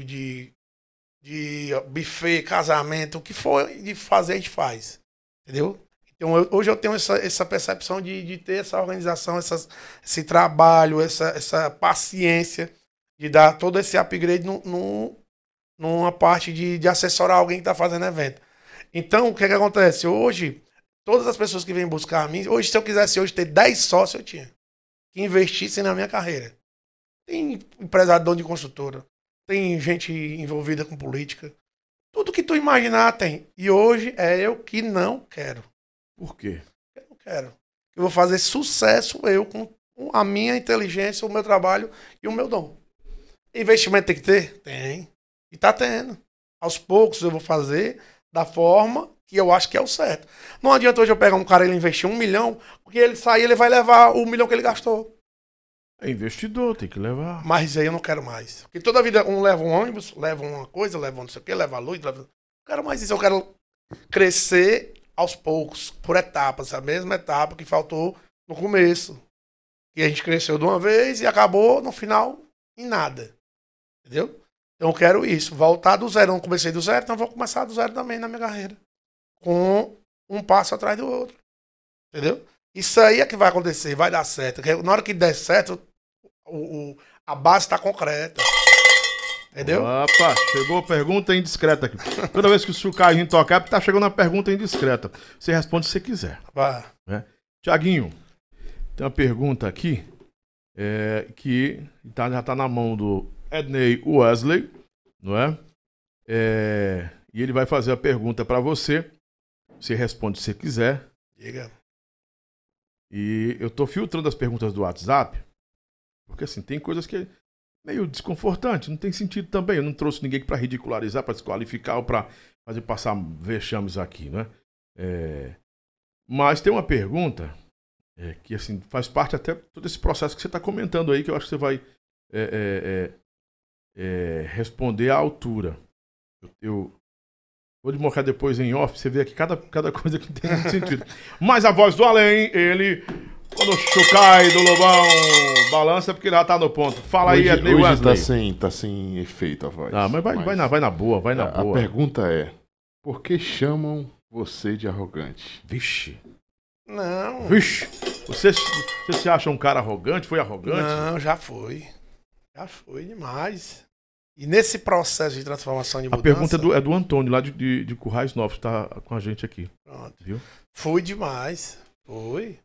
de buffet, casamento, o que for de fazer, a gente faz. Entendeu? Então hoje eu tenho essa percepção de ter essa organização, esse trabalho, essa paciência de dar todo esse upgrade numa parte de assessorar alguém que está fazendo evento. Então, o que acontece? Hoje, todas as pessoas que vêm buscar a mim, hoje, se eu quisesse hoje ter 10 sócios, eu tinha. Que investissem na minha carreira. Tem empresário dono de construtora, tem gente envolvida com política. Tudo que tu imaginar tem. E hoje é eu que não quero. Por quê? Eu não quero. Eu vou fazer sucesso eu com a minha inteligência, o meu trabalho e o meu dom. Investimento tem que ter? Tem. E tá tendo. Aos poucos eu vou fazer da forma que eu acho que é o certo. Não adianta hoje eu pegar um cara e ele investir 1 milhão, porque ele sair, ele vai levar o 1 milhão que ele gastou. É investidor, tem que levar. Mas aí eu não quero mais. Porque toda vida um leva um ônibus, leva uma coisa, leva não sei o quê, leva a luz, leva... Não quero mais isso. Eu quero crescer aos poucos, por etapas. A mesma etapa que faltou no começo. E a gente cresceu de uma vez e acabou no final em nada. Entendeu? Então eu quero isso. Voltar do zero. Eu não comecei do zero, então eu vou começar do zero também na minha carreira. Com um passo atrás do outro. Entendeu? Isso aí é que vai acontecer, vai dar certo. Na hora que der certo, a base está concreta. Entendeu? Opa, chegou a pergunta indiscreta aqui. Toda vez que o carrinho tocar, tá chegando uma pergunta indiscreta. Você responde se você quiser. Vai. Né? Tiaguinho, tem uma pergunta aqui que já tá na mão do Ednei Wesley, não é? E ele vai fazer a pergunta para você. Você responde se você quiser. Diga. E eu tô filtrando as perguntas do WhatsApp, porque assim, tem coisas que é meio desconfortante, não tem sentido também. Eu não trouxe ninguém para ridicularizar, para desqualificar ou para fazer passar vexames aqui, né? Mas tem uma pergunta que assim, faz parte até todo esse processo que você está comentando aí, que eu acho que você vai responder à altura. Eu vou lhe mostrar depois em off, você vê aqui cada coisa que tem sentido. Mas a voz do além, ele, quando o Chucai do Lobão balança, porque ele já tá no ponto. Fala aí, Ednei Wesley. Hoje tá sem efeito a voz. Ah, mas vai na boa, vai na boa. A pergunta é, por que chamam você de arrogante? Vixe. Não. Vixe. Você se acha um cara arrogante? Foi arrogante? Não, já foi. Já foi demais. E nesse processo de transformação de mudança... A pergunta é do Antônio, lá de Currais Novos, que tá com a gente aqui. Pronto. Viu? Fui demais. Fui.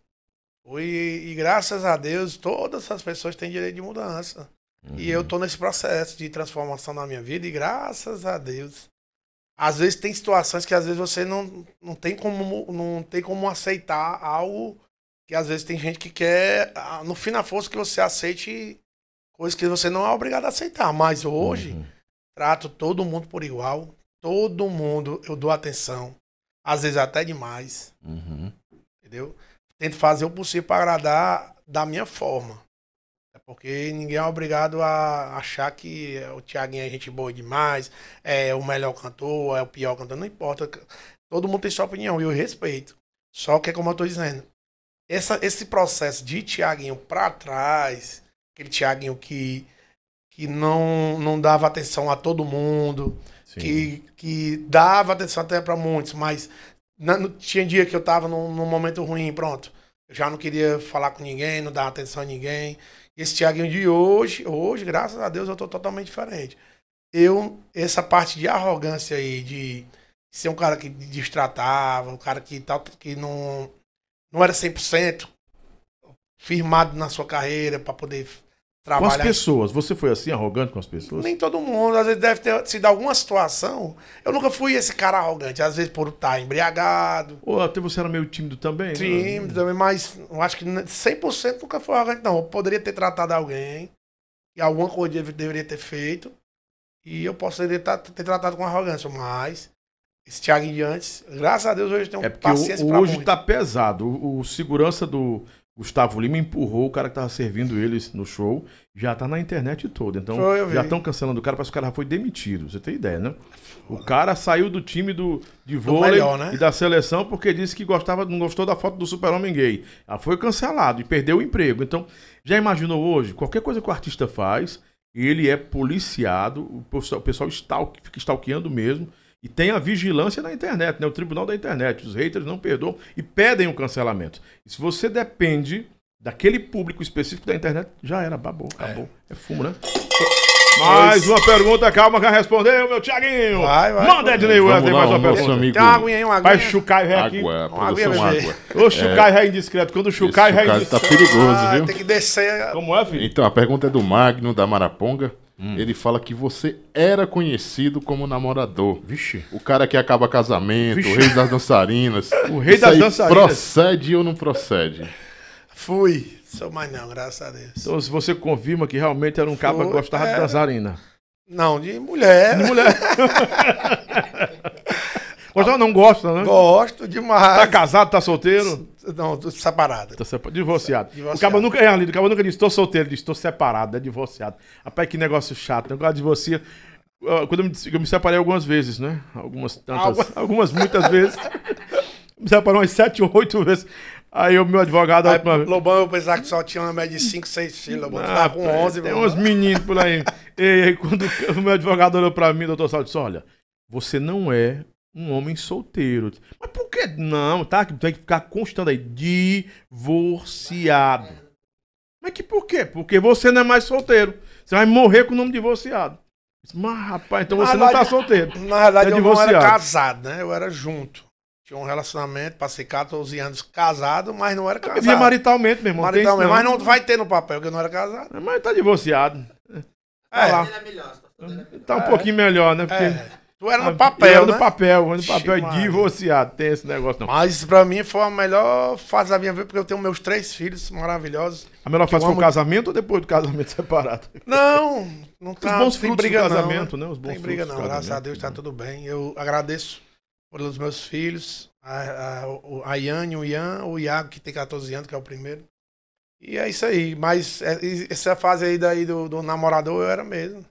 E graças a Deus, todas as pessoas têm direito de mudança. E eu tô nesse processo de transformação na minha vida e graças a Deus. Às vezes tem situações que às vezes você não tem como aceitar algo que às vezes tem gente que quer, no fim da força, que você aceite coisas que você não é obrigado a aceitar. Mas hoje, trato todo mundo por igual. Todo mundo eu dou atenção. Às vezes até demais. Entendeu? Tento fazer o possível para agradar da minha forma. É porque ninguém é obrigado a achar que o Tiaguinho é gente boa demais, é o melhor cantor, é o pior cantor, não importa. Todo mundo tem sua opinião e eu respeito. Só que, como eu tô dizendo, esse processo de Tiaguinho para trás, aquele Tiaguinho que não dava atenção a todo mundo, que dava atenção até para muitos, mas tinha dia que eu tava num momento ruim, pronto. Eu já não queria falar com ninguém, não dar atenção a ninguém. Esse Tiaguinho de hoje, graças a Deus, eu tô totalmente diferente. Essa parte de arrogância aí, de ser um cara que destratava, um cara que não era 100% firmado na sua carreira para poder trabalhar. Com as pessoas, você foi assim, arrogante com as pessoas? Nem todo mundo, às vezes deve ter sido alguma situação. Eu nunca fui esse cara arrogante, às vezes por estar embriagado. Ou até você era meio tímido também? Tímido também, mas eu acho que 100% nunca foi arrogante, não. Eu poderia ter tratado alguém, e alguma coisa eu deveria ter feito, e eu posso ter tratado com arrogância, mas esse Thiaguinho de antes, graças a Deus, hoje tem paciência pra muito. Hoje tá pesado. O segurança do Gustavo Lima empurrou o cara que tava servindo eles no show. Já tá na internet toda. Então, já estão cancelando o cara, parece que o cara já foi demitido. Você tem ideia, né? O cara saiu do time de vôlei melhor, né? e da seleção porque disse que não gostou da foto do super-homem gay. Ela foi cancelado e perdeu o emprego. Então, já imaginou hoje? Qualquer coisa que o artista faz, ele é policiado, o pessoal fica stalkeando mesmo. E tem a vigilância na internet, né? O tribunal da internet. Os haters não perdoam e pedem o cancelamento. E se você depende daquele público específico da internet, já era, babou, acabou. É fumo, né? Mais uma pergunta, calma, já respondeu, meu Thiaguinho. Vai. Manda, Ednei Wesley, mais uma pergunta. Amigo... Tem uma aguinha aí, uma aguinha. Vai Chucai ré aqui. Água, Uma aguinha, produção bebê. água. O Chucai ré indiscreto. Quando o Chucai ré Esse indiscreto. tá perigoso, viu? Tem que descer. Como é, filho? Então, a pergunta é do Magno, da Maraponga. Ele fala que você era conhecido como namorador. Vixe. O cara que acaba casamento, Vixe. o rei das dançarinas. O rei Isso das aí dançarinas. procede ou não procede? Fui. Sou mais não, graças a Deus. Então, se você confirma que realmente era um cara que Foi, gostava de era. dançarina. Não, de mulher. Mulher. Gostava não gosta, né? Gosto demais. Tá casado, tá solteiro? Não, tô separado. Tá divorciado. Divorciado. O cara nunca é ali, o cara nunca disse, tô solteiro, ele disse, tô separado, é divorciado. Rapaz, que negócio chato. Negócio de divorcia. Quando eu me separei algumas vezes, né? Algumas muitas vezes. Me separou umas 7 ou 8 vezes. Aí o meu advogado... Aí, Lobão, eu pensava que só tinha uma média de 5, 6 filhos. Lobão, tu tava com 11. Tem mano. uns meninos por aí. E aí, quando o meu advogado olhou pra mim, doutor Salles, disse, olha, você não é um homem solteiro. Mas por que não? Tá? Tem que ficar constando aí. Divorciado. Mas que por quê? Porque você não é mais solteiro. Você vai morrer com o nome divorciado. Mas, rapaz, então você não tá solteiro. Na verdade, É eu não era divorciado. casado, né? Eu era junto. Tinha um relacionamento, passei 14 anos casado, mas não era casado. Vivia maritalmente, meu irmão. não tem isso Maritalmente, mas não vai ter no papel, porque eu não era casado. Mas tá divorciado. É, lá. Tá um pouquinho melhor, né? Porque tu era no era papel, no né? papel é Maria. divorciado. Tem esse negócio, não. Mas pra mim foi a melhor fase da minha vida, porque eu tenho meus 3 filhos maravilhosos. A melhor fase eu foi o amo- casamento ou depois do casamento separado? Não Os tá, bons tem frutos briga do não, casamento, né? Os bons Tem briga frutos não, do graças a casamento. Deus tá tudo bem. Eu agradeço pelos meus filhos, a Yane, o Ian, o Iago, que tem 14 anos, que é o primeiro. E é isso aí, mas essa fase aí daí do namorador eu era mesmo.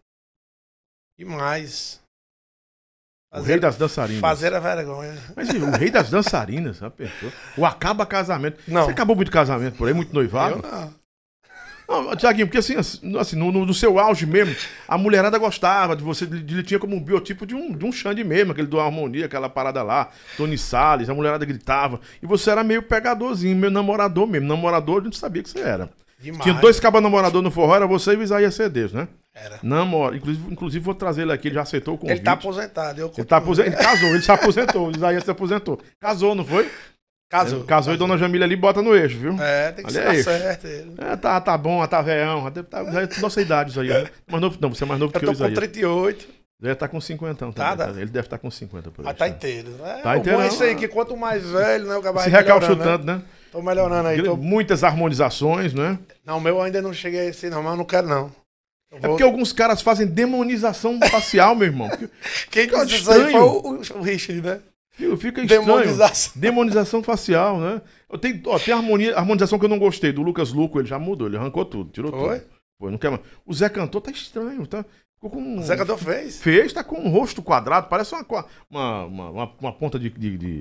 Demais. O rei das dançarinas. Fazer a vergonha. Mas e o rei das dançarinas, já pensou? O acaba casamento. Não. Você acabou muito casamento por aí, muito noivado? Eu não. Não, Tiaguinho, porque assim no seu auge mesmo, a mulherada gostava de você, ele tinha como um biotipo de um Xande mesmo, aquele do Harmonia, aquela parada lá, Tony Salles, a mulherada gritava. E você era meio pegadorzinho, meio namorador mesmo. Namorador, a gente sabia que você era. Demais. Tinha 2 cabas namorador no forró, era você e o Isaías Cedes, né? Era. Inclusive vou trazer ele aqui, ele já aceitou o convite. Ele tá aposentado. Ele tá aposentado, ele casou, ele se aposentou, o Isaías se aposentou. Casou, não foi? Casou. Casou e Dona Jamília ali bota no eixo, viu? É, tem que Ali ser é eixo. certo. Ele. Tá bom, tá velhão, já é nossa idade isso aí, né? Mais novo, não, você é mais novo Eu que tô o com Isaías. 38, Ele tá com 50 Tá, também, tá. Ele deve estar com 50 por aí. mas tá inteiro. É, Tá o inteirão, bom é isso aí, né? que quanto mais velho, né, o cara vai Se melhorando, recalchutando, né? né? Tô melhorando aí. Muitas harmonizações, né? Não, o meu ainda não cheguei a esse não, mas eu não quero não. Eu É vou- porque alguns caras fazem demonização facial, meu irmão. Quem fica disse isso aí foi estranho. o Richard, né? Fica estranho. Demonização. Demonização facial, né? Tem harmonização que eu não gostei, do Lucas Luco, ele já mudou, ele arrancou tudo, tirou Foi? tudo. Foi, não quer mais. O Zé Cantor tá estranho, tá? Ficou com... O Zé Cantor fez. Fez, tá com um rosto quadrado, parece uma ponta de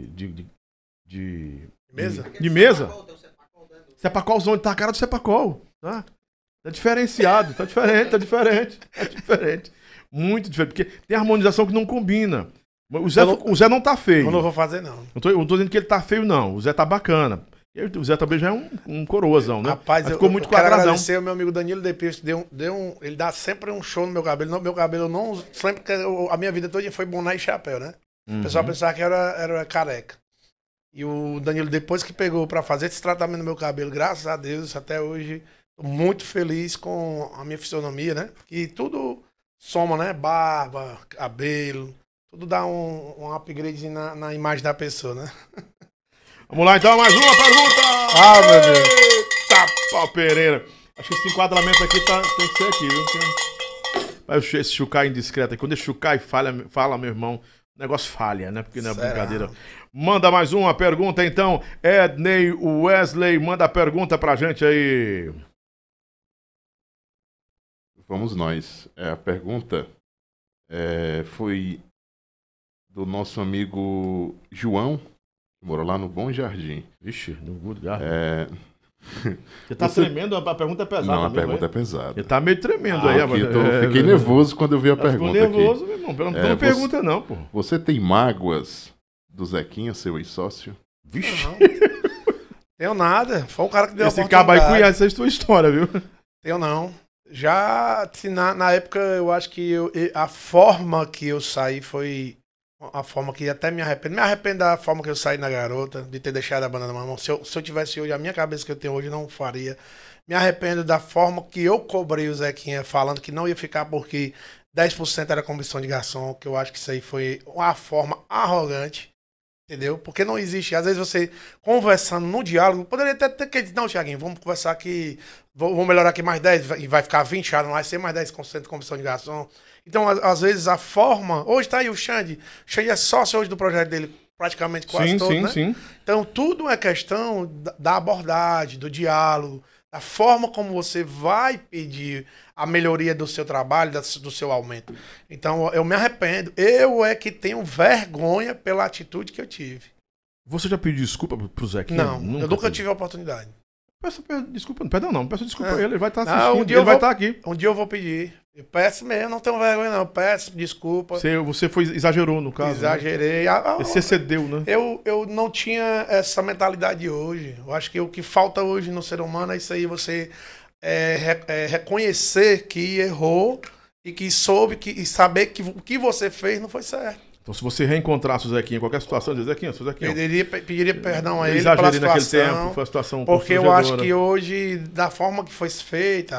Mesa? de mesa. Sepacolzão, ele tá a cara do Sepacol, tá? Tá diferenciado, tá diferente. Muito diferente, porque tem harmonização que não combina. O Zé não tá feio. Eu não vou fazer não. Eu não tô dizendo que ele tá feio, não. O Zé tá bacana. O Zé também já é um coroazão, né? Rapaz, Mas eu ficou muito quero quadradão. agradecer ao meu amigo Danilo Depilso, ele dá sempre um show no meu cabelo. Meu cabelo não, sempre que a minha vida toda foi boné e chapéu, né? O pessoal pensava que era careca. E o Danilo, depois que pegou pra fazer esse tratamento no meu cabelo, graças a Deus, até hoje, tô muito feliz com a minha fisionomia, né? Que tudo soma, né? Barba, cabelo, tudo dá um upgrade na imagem da pessoa, né? Vamos lá, então, mais uma pergunta! Ah, meu Deus. Eita, pau Pereira. Acho que esse enquadramento aqui tem que ser aqui, viu? Mas esse Chucai indiscreto aí. Quando esse Chucai fala, meu irmão, negócio falha, né? Porque não é Será? brincadeira. Manda mais uma pergunta, então. Ednei Wesley, manda a pergunta pra gente aí. Vamos nós. A pergunta foi do nosso amigo João, que mora lá no Bom Jardim. Vixe, no Good Garden. Você tá Você- tremendo? A pergunta é pesada. Não, a mesmo, pergunta é é? pesada. Ele tá meio tremendo aí. Aqui, fiquei nervoso quando eu vi a Ficou pergunta nervoso, aqui. meu irmão. Não Você- pergunta não, pô. Você tem mágoas do Zequinha, seu ex-sócio? Vixe. Não. Tenho nada. Foi o cara que deu a Esse cabo aí oportunidade. conhece essa tua história, viu? Eu não. Já, se na época, eu acho que a forma que eu saí foi a forma que até me arrependo. Me arrependo da forma que eu saí na Garota, de ter deixado a banda na mão. Se eu tivesse hoje, a minha cabeça que eu tenho hoje, eu não faria. Me arrependo da forma que eu cobrei o Zequinha, falando que não ia ficar porque 10% era comissão de garçom, que eu acho que isso aí foi uma forma arrogante. Entendeu? Porque não existe. Às vezes você conversando no diálogo, poderia até ter que dizer, não, Thiaguinho, vamos conversar aqui, vou melhorar aqui mais 10 e vai ficar 20, já não vai ser mais 10% de comissão de garçom. Então, às vezes, a forma. Hoje tá aí o Xande. O Xande é sócio hoje do projeto dele, praticamente quase todo, né? sim. Então, tudo é questão da abordagem, do diálogo, da forma como você vai pedir a melhoria do seu trabalho, do seu aumento. Então, eu me arrependo. Eu é que tenho vergonha pela atitude que eu tive. Você já pediu desculpa pro Zequinha? Não, eu nunca tive a oportunidade. Peça desculpa, perdão não, peça desculpa É. a ele, ele vai estar Não, assistindo, um dia ele eu vai vou- estar aqui. Um dia eu vou pedir. Eu peço mesmo, não tenho vergonha não. Eu peço desculpa. Você exagerou no caso. Né? Exagerei. Você cedeu, né? Eu não tinha essa mentalidade hoje. Eu acho que o que falta hoje no ser humano é isso aí, você reconhecer que errou e que soube e saber que o que você fez não foi certo. Então se você reencontrasse o Zequinha em qualquer situação, dizer Zequinha, seu Zequinha. Pediria perdão a Eu ele pela exagerei naquele situação. tempo, foi uma situação Porque eu acho constrangedora. que hoje, da forma que foi feita,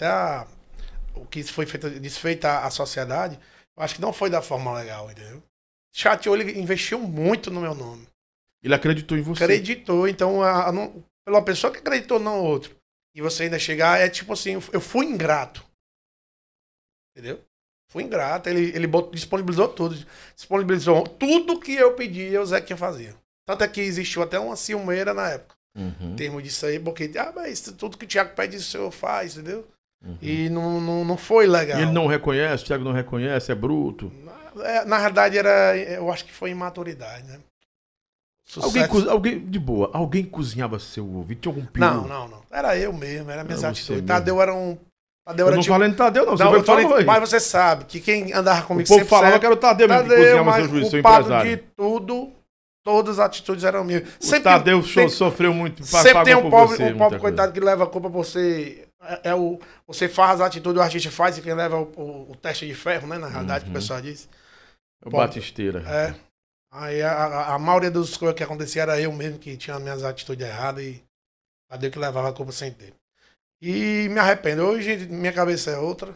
o que foi feito, desfeita a sociedade, eu acho que não foi da forma legal, entendeu? Chateou, ele investiu muito no meu nome. Ele acreditou em você. Acreditou, então, pela pessoa que acreditou, não outro. E você ainda chegar, é tipo assim, eu fui ingrato. Entendeu? Fui ingrato, ele disponibilizou tudo. Disponibilizou tudo que eu pedia, o Zequinha fazia. Tanto é que existiu até uma ciumeira na época. Uhum. Em termos disso aí, porque, mas tudo que o Thiago pede, o senhor faz, entendeu? Uhum. E não foi legal. E ele não reconhece, o Thiago não reconhece, é bruto. Na realidade, eu acho que foi imaturidade, né? Alguém, de boa, alguém cozinhava seu ovo? Tinha algum peru? Não. Era eu mesmo, era minhas Era atitudes. você mesmo. Tadeu era um. Tadeu Eu era não tipo. falei no Tadeu, não. Você Não, foi eu falei, falou aí. mas você sabe que quem andava O comigo povo sempre falava serve. que era o Tadeu mesmo que Tadeu, cozinhava mas seu juiz, seu culpado empresário. de tudo, todas as atitudes eram minhas. O Tadeu sofreu muito. Sempre tem um pagou por pobre, você, um muita pobre coisa. coitado que leva a culpa por você. Você faz as atitudes, o artista faz e quem leva o teste de ferro, né? Na realidade, que o pessoal diz. É o batisteira. É. Aí a maioria das coisas que acontecia era eu mesmo que tinha as minhas atitudes erradas e Tadeu que levava a culpa sem ter. E me arrependo. Hoje minha cabeça é outra.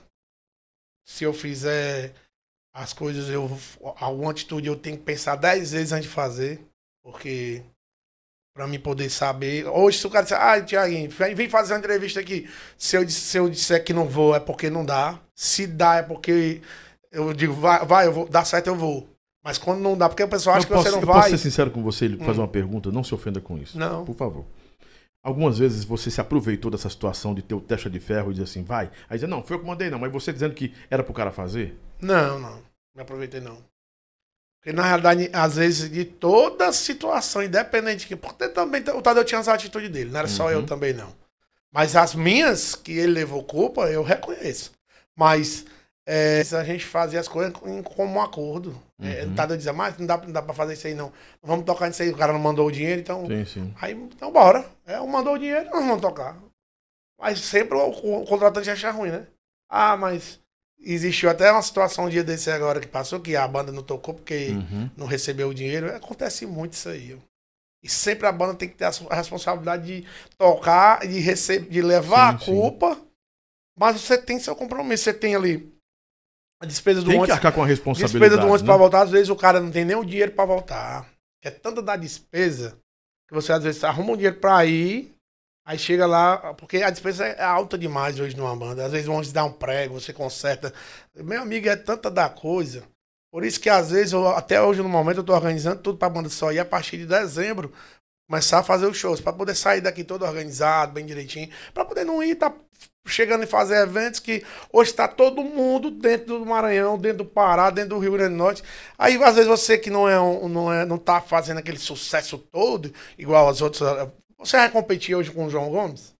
Se eu fizer as coisas, alguma atitude eu tenho que pensar 10 vezes antes de fazer. Porque pra mim poder saber. Hoje, se o cara disser, Thiaguinho, vem fazer uma entrevista aqui. Se eu disser que não vou, é porque não dá. Se dá, é porque eu digo, vai, eu vou, dá certo, eu vou. Mas quando não dá, porque o pessoal acha que você não eu vai. posso ser sincero com você, ele fazer uma pergunta, não se ofenda com isso. Não. Por favor. Algumas vezes você se aproveitou dessa situação de ter o testa de ferro e dizer assim, vai. Aí dizer, não, foi eu que mandei, não. Mas você dizendo que era pro cara fazer? Não. Me aproveitei, não. Porque, na realidade, às vezes, de toda situação, independente de porque também o Tadeu tinha essa atitude dele, não era só eu também, não. Mas as minhas, que ele levou culpa, eu reconheço. Mas a gente fazia as coisas como um acordo. O Tadeu dizia, mas não dá pra fazer isso aí, não. Vamos tocar nisso aí, o cara não mandou o dinheiro, então... Sim. Aí, então bora. Mandou o dinheiro, nós vamos tocar. Mas sempre o contratante acha ruim, né? Mas... Existiu até uma situação um dia desse agora que passou, que a banda não tocou porque não recebeu o dinheiro. Acontece muito isso aí. E sempre a banda tem que ter a responsabilidade de tocar, de levar a culpa, mas você tem seu compromisso. Você tem ali a despesa do Tem ônibus. que arcar com a responsabilidade. Despesa do ônibus né? pra voltar, às vezes o cara não tem nem o dinheiro pra voltar. É tanta da despesa que você às vezes arruma um dinheiro pra ir. Aí chega lá, porque a despesa é alta demais hoje numa banda. Às vezes vão te dar um prego, você conserta. Meu amigo, é tanta da coisa Por isso que às vezes, até hoje no momento, eu tô organizando tudo pra banda só ir a partir de dezembro, começar a fazer os shows, pra poder sair daqui todo organizado, bem direitinho, pra poder não ir, tá chegando e fazer eventos que hoje tá todo mundo dentro do Maranhão, dentro do Pará, dentro do Rio Grande do Norte. Aí às vezes você que não tá fazendo aquele sucesso todo, igual as outras, você vai competir hoje com o João Gomes?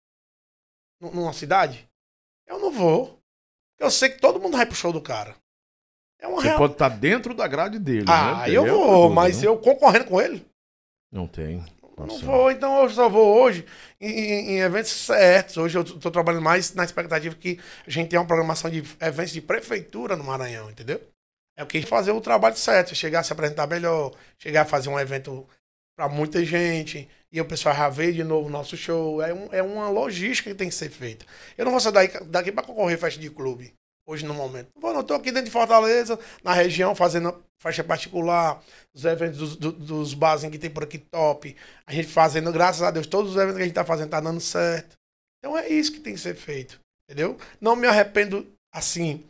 Numa cidade? Eu não vou. Eu sei que todo mundo vai pro show do cara. É uma Você pode estar dentro da grade dele, Ah, né? eu vou, mas eu concorrendo com ele? Não tem. Eu não vou, então eu só vou hoje em eventos certos. Hoje eu tô trabalhando mais na expectativa que a gente tenha uma programação de eventos de prefeitura no Maranhão, entendeu? É o que fazer o trabalho certo, chegar a se apresentar melhor, chegar a fazer um evento pra muita gente, e o pessoal já vê de novo o nosso show. É uma logística que tem que ser feita. Eu não vou sair daqui pra concorrer festa de clube, hoje no momento. Não tô aqui dentro de Fortaleza, na região, fazendo festa particular, os eventos dos barzinhos que tem por aqui top. A gente fazendo, graças a Deus, todos os eventos que a gente tá fazendo tá dando certo. Então é isso que tem que ser feito, entendeu? Não me arrependo, assim,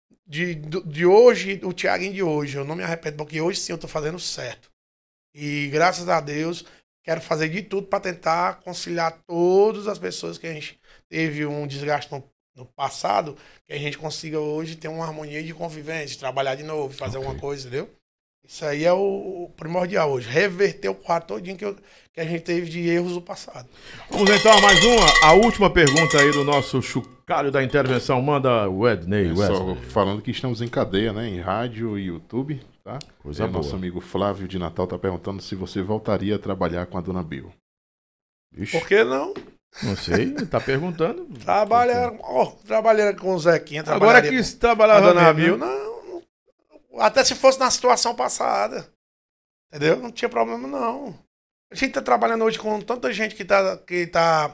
de hoje, o Thiaguinho de hoje. Eu não me arrependo, porque hoje sim eu tô fazendo certo. E graças a Deus, quero fazer de tudo para tentar conciliar todas as pessoas que a gente teve um desgaste no passado, que a gente consiga hoje ter uma harmonia de convivência, trabalhar de novo, fazer alguma coisa, entendeu? Isso aí é o primordial hoje. Reverter o quadro todinho que a gente teve de erros do passado. Vamos então a mais uma. A última pergunta aí do nosso chocalho da intervenção. Manda o Ednei. Só falando que estamos em cadeia, né? Em rádio e YouTube, tá? Coisa boa. Nosso amigo Flávio de Natal tá perguntando se você voltaria a trabalhar com a Dona Bill. Ixi, Por que não? não sei, tá perguntando. Trabalhando com o Zequinha. Agora que se trabalhava Dona mesmo, Bill, não. Até se fosse na situação passada. Entendeu? Não tinha problema, não. A gente tá trabalhando hoje com tanta gente que tá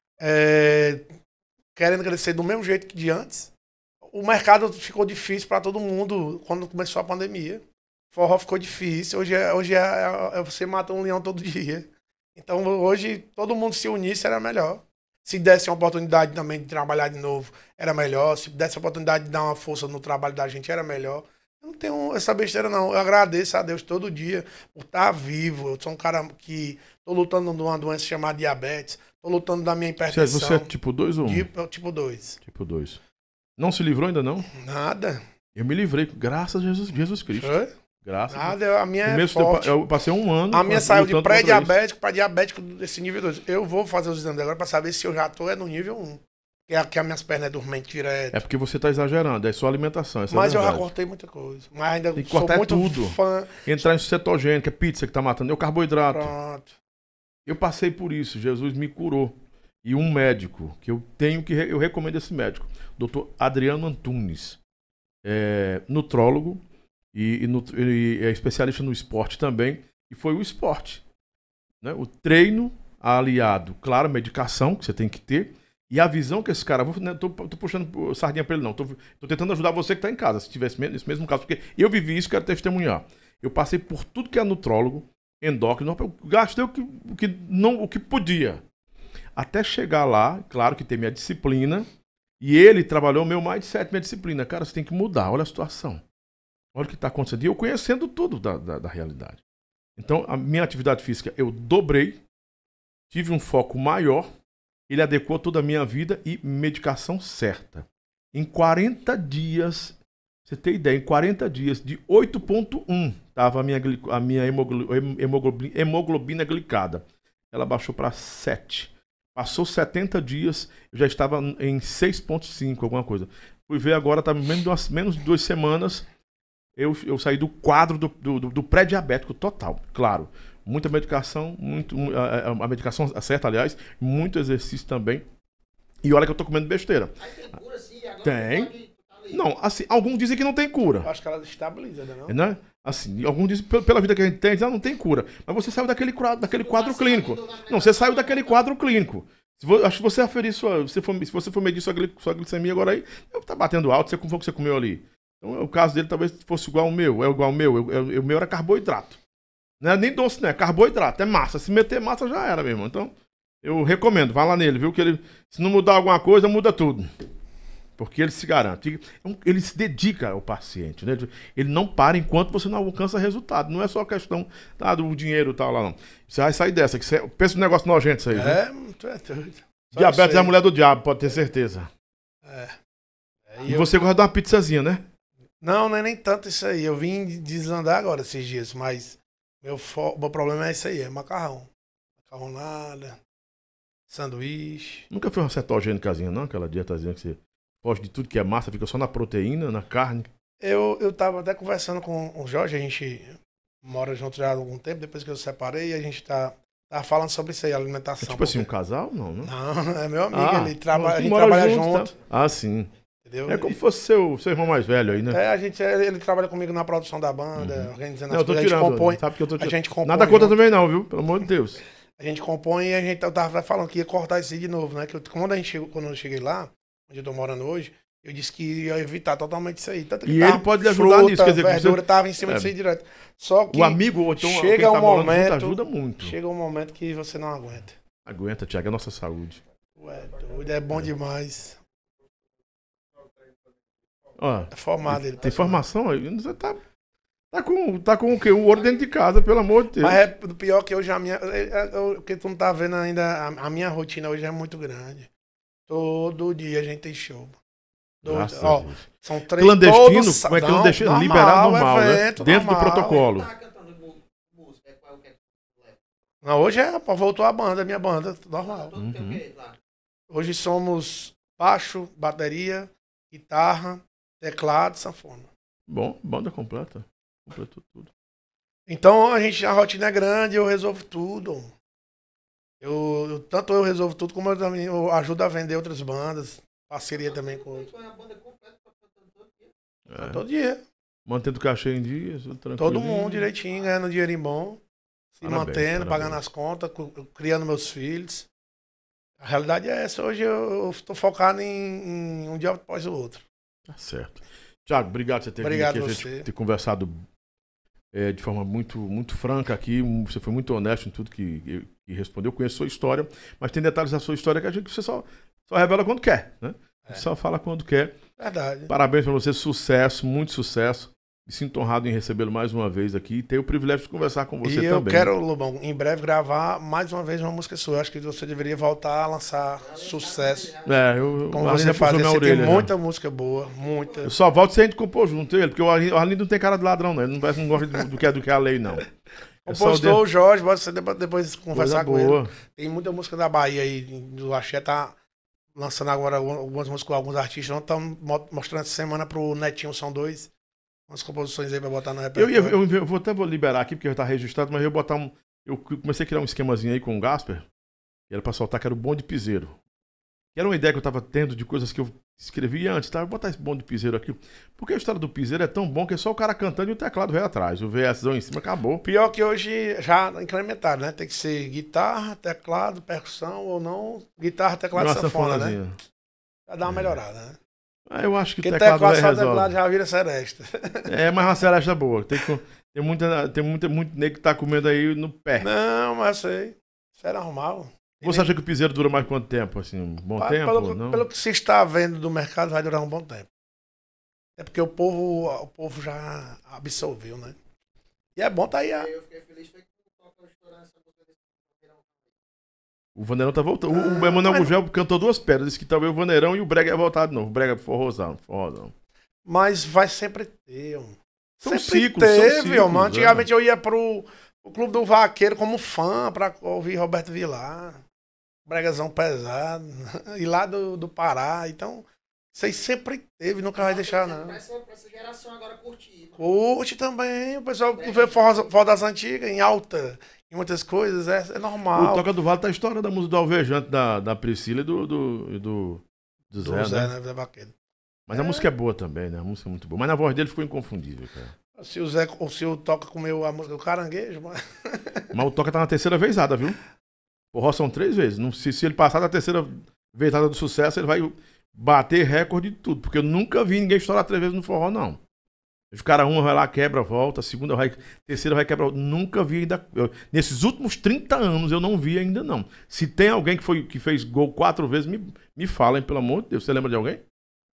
querendo crescer do mesmo jeito que de antes. O mercado ficou difícil para todo mundo quando começou a pandemia. Forró ficou difícil. Hoje é você mata um leão todo dia. Então hoje todo mundo se unisse era melhor. Se desse uma oportunidade também de trabalhar de novo, era melhor. Se desse a oportunidade de dar uma força no trabalho da gente, era melhor. Eu não tenho essa besteira, não. Eu agradeço a Deus todo dia por estar vivo. Eu sou um cara que tô lutando de uma doença chamada diabetes. Tô lutando da minha hipertensão. Você é tipo 2 ou 1? Tipo 2. Tipo 2. Não se livrou ainda, não? Nada. Eu me livrei, graças a Jesus Cristo. Foi? Graças Nada, a minha é forte. eu passei um ano. A minha saiu de lutando contra pré-diabético para diabético desse nível 2. Eu vou fazer os exames agora para saber se eu já tô no nível 1. Que as minhas pernas é dormente direto. É porque você tá exagerando, é sua alimentação. Essa Mas é a eu já verdade. cortei muita coisa. Mas ainda Tem que sou cortar muito tudo. fã. Entrar em cetogênico, é pizza que tá matando. É o carboidrato. Pronto. Eu passei por isso, Jesus me curou. E um médico, que eu tenho que... Eu recomendo esse médico, Dr. Adriano Antunes. É nutrólogo e é especialista no esporte também. E foi o esporte. Né? O treino aliado, claro, medicação que você tem que ter. E a visão que esse cara... Tô puxando sardinha pra ele, não. Tô tentando ajudar você que tá em casa, se tivesse nesse mesmo caso. Porque eu vivi isso, quero testemunhar. Eu passei por tudo que é nutrólogo, endócrino. Eu gastei o que podia. Até chegar lá, claro que tem minha disciplina. E ele trabalhou meu mindset, minha disciplina. Cara, você tem que mudar. Olha a situação. Olha o que está acontecendo. E eu conhecendo tudo da realidade. Então, a minha atividade física, eu dobrei. Tive um foco maior. Ele adequou toda a minha vida e medicação certa. Em 40 dias, você tem ideia, em 40 dias, de 8,1 estava a minha hemoglobina glicada. Ela baixou para 7. Passou 70 dias, eu já estava em 6,5, alguma coisa. Fui ver agora, tá menos de 2 semanas, eu saí do quadro do pré-diabético total, claro. Muita medicação, a medicação certa, aliás, muito exercício também. E olha que eu tô comendo besteira. Aí tem cura sim, agora Tem. Não, assim, alguns dizem que não tem cura. Eu acho que ela estabiliza, não? Né? Assim, alguns dizem, pela vida que a gente tem, não tem cura. Mas você saiu daquele quadro clínico. Não, você saiu daquele quadro clínico. Acho que você aferir se você for medir sua glicemia agora aí, tá batendo alto, você foi o que você comeu ali. Então, o caso dele talvez fosse igual ao meu. É igual ao meu. O meu era carboidrato. Não é nem doce, né? Carboidrato, é massa. Se meter massa já era, meu irmão. Então, eu recomendo, vá lá nele, viu? Que ele, se não mudar alguma coisa, muda tudo. Porque ele se garante. Ele se dedica ao paciente, né? Ele não para enquanto você não alcança resultado. Não é só questão do dinheiro e tal lá, não. Você vai sair dessa. Pensa no negócio nojento isso aí, né? Tu é doido. Diabetes é a mulher do diabo, pode ter certeza. E você gosta de uma pizzazinha, né? Não é nem tanto isso aí. Eu vim desandar agora esses dias, mas meu problema é isso aí, é macarrão. Macarronada, sanduíche. Nunca foi uma cetogênicazinha, não? Aquela dietazinha que você foge de tudo que é massa, fica só na proteína, na carne. Eu tava até conversando com o Jorge, a gente mora junto já há algum tempo, depois que eu separei, a gente tava falando sobre isso aí, alimentação. É tipo assim, um casal? Não, né? Não, é meu amigo, a gente mora trabalha junto. Tá? Ah, sim. Entendeu? É como se fosse seu irmão mais velho aí, né? Ele trabalha comigo na produção da banda, organizando as coisas. A gente compõe. Sabe que eu tô tirando. A gente compõe. Nada contra também não, viu? Pelo amor de Deus. A gente compõe e eu tava falando que ia cortar isso aí de novo, né? Quando eu cheguei lá, onde eu tô morando hoje, eu disse que ia evitar totalmente isso aí. Tanto que ele pode lhe ajudar nisso, quer dizer, verdura tava em cima disso aí direto. Só que o amigo ou então chega um momento, ajuda muito. Chega um momento que você não aguenta. Aguenta, Thiago, é a nossa saúde. Ué, doido, é bom demais. Ó, é formado ele. Tem formação aí? Você tá com o quê? O ouro dentro de casa, pelo amor de Deus. Mas é pior que hoje o que tu não tá vendo ainda, a minha rotina hoje é muito grande. Todo dia a gente tem show. São 3 clandestino, como é que clandestino? Liberado normal, evento, né? Dentro normal. do protocolo. Não, hoje voltou a banda, minha banda, normal. Hoje somos baixo, bateria, guitarra, teclado, sanfona. Bom, banda completa. Completou tudo. Então a rotina é grande, eu resolvo tudo. Tanto eu resolvo tudo, como eu ajudo a vender outras bandas. Parceria também com outros. Todo dia. Mantendo o cachê em dia, todo mundo direitinho, ganhando um dinheirinho bom. Se mantendo, pagando as contas, criando meus filhos. A realidade é essa. Hoje eu estou focado em um dia após o outro. Tá certo. Thiago, obrigado por você ter vindo aqui, a gente ter conversado de forma muito, muito franca aqui. Você foi muito honesto em tudo que respondeu. Eu conheço a sua história, mas tem detalhes da sua história que você só revela quando quer, né? Só fala quando quer. Verdade. Parabéns pra você, sucesso, muito sucesso. Me sinto honrado em recebê-lo mais uma vez aqui e ter o privilégio de conversar com você também. E eu quero, Lobão, em breve gravar mais uma vez uma música sua. Eu acho que você deveria voltar a lançar sucesso. Como você fazia, você tem muita música boa, muita. Eu só volto se a gente compor junto ele, porque o Arlindo não tem cara de ladrão, não. Ele não gosta do que é a lei, não. Compostou o Jorge, você depois conversar com ele. Tem muita música da Bahia aí, do Axé, tá lançando agora algumas músicas com alguns artistas. Não estão mostrando essa semana pro Netinho, são 2. Umas composições aí pra botar no repertório. Eu vou liberar aqui, porque já tá registrado, mas eu vou botar eu comecei a criar um esquemazinho aí com o Gasper, e era pra soltar que era o bonde piseiro. Que era uma ideia que eu tava tendo de coisas que eu escrevi antes, tá? Eu vou botar esse bonde piseiro aqui. Porque a história do piseiro é tão bom que é só o cara cantando e o teclado veio atrás. O VSzão em cima acabou. Pior que hoje já incrementaram, né? Tem que ser guitarra, teclado, percussão ou não. Guitarra, teclado e sanfona, né? Pra dar uma melhorada, né? Eu acho que o teclado teclado já vira seresta. Mas uma seresta boa. Tem muito nego que tá comendo aí no pé. Não, mas sei. Isso é normal. Você acha que o piseiro dura mais quanto tempo? Assim, um bom tempo? Pelo que se está vendo do mercado, vai durar um bom tempo. É porque o povo já absorveu, né? E é bom tá aí. Eu fiquei feliz que o Vaneirão tá voltando. O Emanuel Gugel cantou 2 pedras. Disse que talvez o Vaneirão e o Brega ia voltar de novo. O Brega forrozão. Mas vai sempre ter, São ciclos, mano. Antigamente eu ia pro Clube do Vaqueiro como fã pra ouvir Roberto Vilar. Bregazão pesado. E lá do Pará. Então, isso aí sempre teve, nunca vai deixar, não. Pra essa geração agora curtir. Curte também. O pessoal vê forró das antigas em alta. Em muitas coisas, é normal. O Toca do Vale tá a história da música do Alvejante, da Priscila e do Zé, né? Mas a música é boa também, né? A música é muito boa. Mas na voz dele ficou inconfundível, cara. Se o Toca comeu a música do Caranguejo, mas o Toca tá na 3ª vezada, viu? O Forró são 3 vezes. Se ele passar da 3ª vezada do sucesso, ele vai bater recorde de tudo. Porque eu nunca vi ninguém estourar 3 vezes no forró, não. O cara uma vai lá, quebra, volta, a segunda vai, terceira vai, quebra, nunca vi ainda. Nesses últimos 30 anos eu não vi ainda, não. Se tem alguém que fez gol 4 vezes, me falem, pelo amor de Deus. Você lembra de alguém?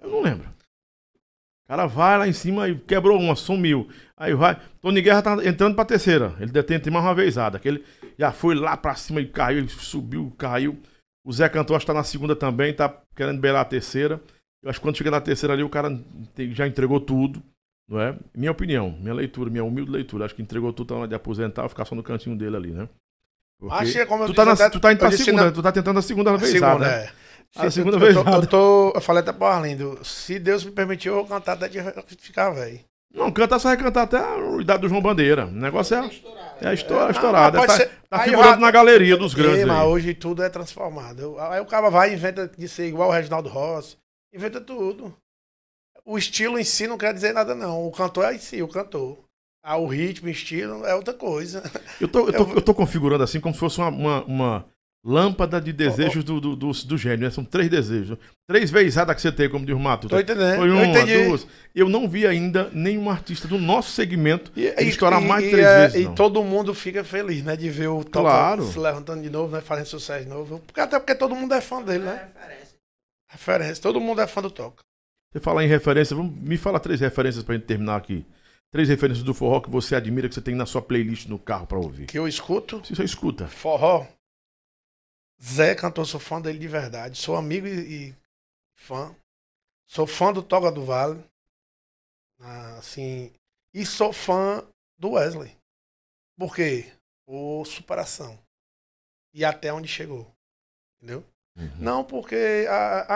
Eu não lembro. O cara vai lá em cima e quebrou uma, sumiu. Aí vai. Tony Guerra tá entrando pra terceira. Ele detém mais uma vezada. Aquele já foi lá pra cima e caiu, ele subiu, caiu. O Zé Cantor acho que tá na segunda também, tá querendo beirar a terceira. Eu acho que quando chega na terceira ali, o cara já entregou tudo. Não é? Minha opinião, minha leitura, minha humilde leitura. Acho que entregou tudo, tá na hora de aposentar, ficar só no cantinho dele ali, né? Porque Acho que é como eu tu tá indo pra disse segunda, na- tu tá tentando a segunda vez, segunda, né? é. A Se- segunda eu, vez. eu falei até pro Arlindo, se Deus me permitir, eu vou cantar até de ficar velho. Não, cantar só vai cantar até a idade do João Bandeira. O negócio é a estourada. Pode Tá, ser. tá Aí figurando o- na galeria dos grandes Mas aí. hoje tudo é transformado. Aí o cara vai e inventa de ser igual o Reginaldo Rossi. Inventa tudo. O estilo em si não quer dizer nada, não. O cantor é em si, o cantor. Ah, o ritmo, o estilo é outra coisa. Eu tô configurando assim como se fosse uma lâmpada de desejos do gênio, né? São 3 desejos. 3 vezes que você tem, como diz o Mato. Tô entendendo. Foi Eu uma, entendi. 2. Eu não vi ainda nenhum artista do nosso segmento E estourar mais de 3 é, vezes. e Não. todo mundo fica feliz, né? De ver o Toca Claro. se levantando de novo, né? Fazendo sucesso de novo. Até porque todo mundo é fã dele, né? Referência. Todo mundo é fã do Toca. Você falar em referência, me fala 3 referências pra gente terminar aqui. 3 referências do forró que você admira, que você tem na sua playlist no carro pra ouvir. Que eu escuto. Se você escuta. Forró. Zé Cantor, sou fã dele de verdade. Sou amigo e fã. Sou fã do Toga do Vale. Assim. E sou fã do Wesley. Por quê? Por superação. E até onde chegou. Entendeu? Uhum. Não, porque.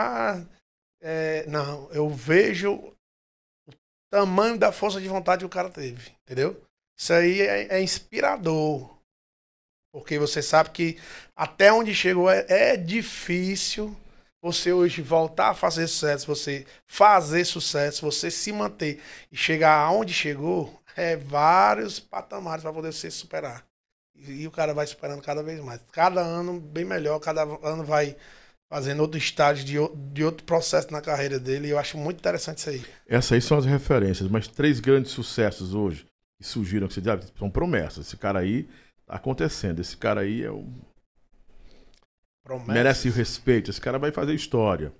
Não, eu vejo o tamanho da força de vontade que o cara teve. Entendeu? Isso aí é inspirador. Porque você sabe que até onde chegou é difícil você hoje voltar a fazer sucesso, você fazer sucesso, você se manter e chegar aonde chegou, é vários patamares para poder você superar. E o cara vai superando cada vez mais. Cada ano bem melhor, cada ano vai fazendo outro estágio de outro processo na carreira dele. E eu acho muito interessante isso aí. Essas aí são as referências, mas 3 grandes sucessos hoje que surgiram, que você diz, são promessas. Esse cara aí tá acontecendo. Esse cara aí é o... Promessas. merece o respeito. Esse cara vai fazer história.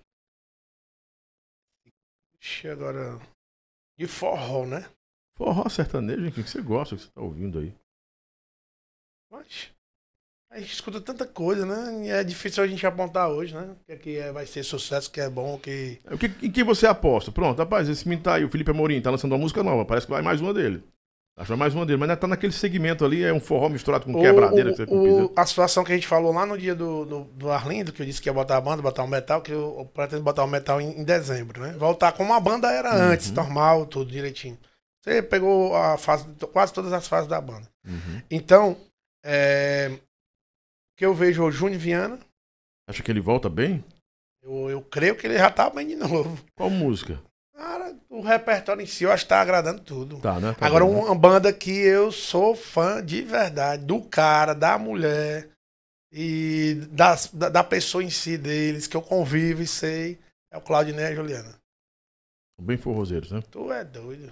Ixi, agora. De forró, né? Forró sertanejo, hein? O que você gosta, que você tá ouvindo aí? Mas a gente escuta tanta coisa, né? E é difícil a gente apontar hoje, né? O que vai ser sucesso, o que é bom, o que. Em que você aposta? Pronto, rapaz, esse menino tá aí, o Felipe Amorim, tá lançando uma música nova. Parece que vai mais uma dele. Acho que vai mais uma dele, mas ainda tá naquele segmento ali, é um forró misturado com quebradeira. Que você A situação que a gente falou lá no dia do Arlindo, que eu disse que ia botar a banda, botar um metal, que eu pretendo botar o metal em dezembro, né? Voltar como a banda era antes, normal, tudo direitinho. Você pegou a fase, quase todas as fases da banda. Uhum. Então, que eu vejo o Júnior Viana, Acha que ele volta bem? eu creio que ele já tá bem de novo. Qual música? Cara, o repertório em si eu acho que tá agradando tudo. Tá, né? Tá Agora, bem, né? uma banda que eu sou fã de verdade, do cara, da mulher e da pessoa em si deles, que eu convivo e sei, é o Claudinei e a Juliana. Bem forrozeiros, né? Tu é doido.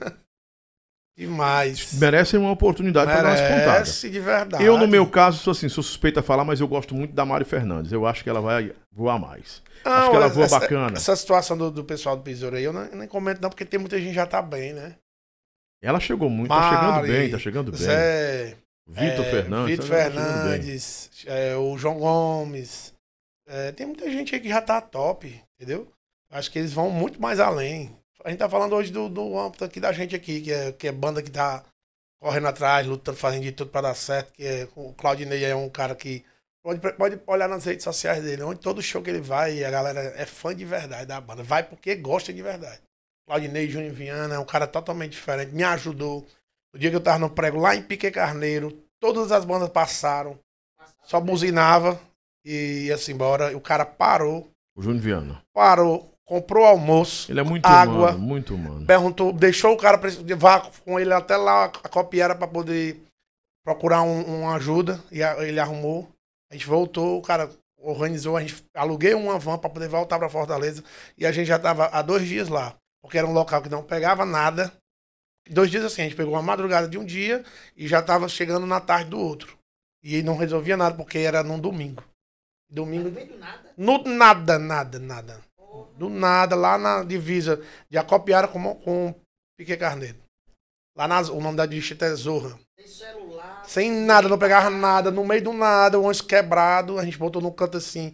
Demais. Merecem uma oportunidade pra dar uma espontada. Merece de verdade. Eu, no meu caso, sou assim, sou suspeito a falar, mas eu gosto muito da Mari Fernandes. Eu acho que ela vai voar mais. Acho que ela voa bacana. Essa situação do pessoal do Piseiro aí, eu nem comento não, porque tem muita gente que já tá bem, né? Ela chegou muito, Mari, tá chegando bem. Zé, Vitor Fernandes. Vitor ela tá chegando bem. Fernandes, o João Gomes. Tem muita gente aí que já tá top, entendeu? Acho que eles vão muito mais além. A gente tá falando hoje do âmbito aqui da gente aqui, que é banda que tá correndo atrás, lutando, fazendo de tudo pra dar certo. O Claudinei é um cara que pode olhar nas redes sociais dele, onde todo show que ele vai, a galera é fã de verdade da banda. Vai porque gosta de verdade. Claudinei Júnior Viana é um cara totalmente diferente, me ajudou. No dia que eu tava no prego lá em Pique Carneiro, todas as bandas passaram, só buzinava e ia-se embora. O cara parou, O Júnior Viana. comprou almoço, Ele é muito água, humano, muito humano. perguntou, deixou o cara vá com ele até lá a Copiara para poder procurar uma ajuda e ele arrumou. A gente voltou, o cara organizou, a gente aluguei uma van para poder voltar para Fortaleza e a gente já tava há 2 dias lá, porque era um local que não pegava nada. 2 dias assim, a gente pegou uma madrugada de um dia e já tava chegando na tarde do outro. E não resolvia nada porque era num domingo. Domingo. No meio do nada. Nada. Do nada, lá na divisa de Acopiara com Piquet Carneiro. Lá o nome da distrito é Zorra. Sem celular. Sem nada, não pegava nada. No meio do nada, o ônibus quebrado. A gente botou no canto assim.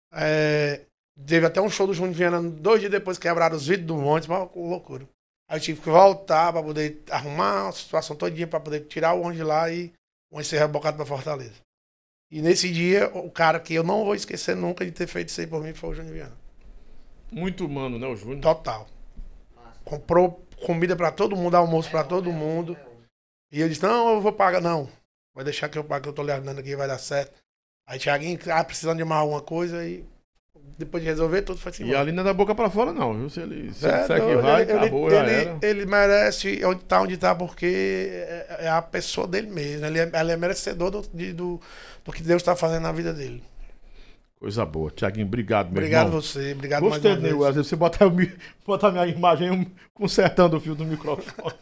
Teve até um show do Júnior Viana. 2 dias depois quebraram os vidros do ônibus. Uma loucura. Aí eu tive que voltar pra poder arrumar a situação todinha pra poder tirar o ônibus de lá e o ônibus ser rebocado pra Fortaleza. E nesse dia, o cara que eu não vou esquecer nunca de ter feito isso aí por mim foi o Júnior Viana. Muito humano, né, o Júnior? Total. Comprou comida pra todo mundo, almoço pra todo mundo. E eu disse, não, eu vou pagar. Não, vai deixar que eu pague, que eu tô olhando aqui, vai dar certo. Aí Thiaguinho, precisando de mais alguma coisa e depois de resolver tudo, foi assim. E ali não é da boca pra fora não, viu? Se ele segue não, vai, acabou, já era. Ele merece onde tá porque é a pessoa dele mesmo. Ele é merecedor do que Deus tá fazendo na vida dele. Coisa boa. Thiaguinho, obrigado, meu Obrigado irmão. você, obrigado Gostei, mais uma vez. Wesley, você botar minha imagem consertando o fio do microfone.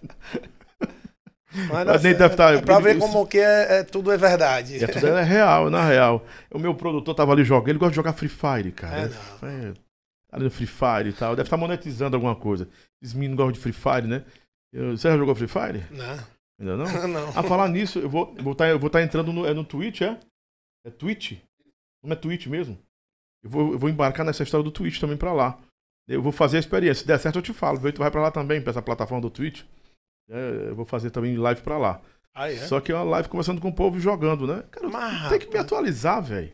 Mas Mas nem deve estar... é pra ver como que tudo é verdade. Tudo é real, na real. O meu produtor tava ali jogando, ele gosta de jogar Free Fire, cara. Ali no Free Fire e tal. Deve estar monetizando alguma coisa. Esses meninos gostam de Free Fire, né? Você já jogou Free Fire? Não. Ainda não? Não. A falar nisso, eu vou estar entrando no Twitch, é? É Twitch? Não é Twitch mesmo? Eu vou embarcar nessa história do Twitch também pra lá. Eu vou fazer a experiência. Se der certo, eu te falo. Tu vai pra lá também, pra essa plataforma do Twitch. Eu vou fazer também live pra lá. Ah, é? Só que é uma live conversando com o povo e jogando, né? Cara, tem que me atualizar, velho.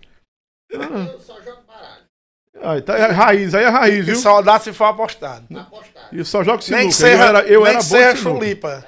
Eu só jogo baralho. É raiz, aí é raiz, viu? E só dá se for apostado. Apostado. E só jogo sinuca. Nem que seja, eu era bom de sinuca. chulipa.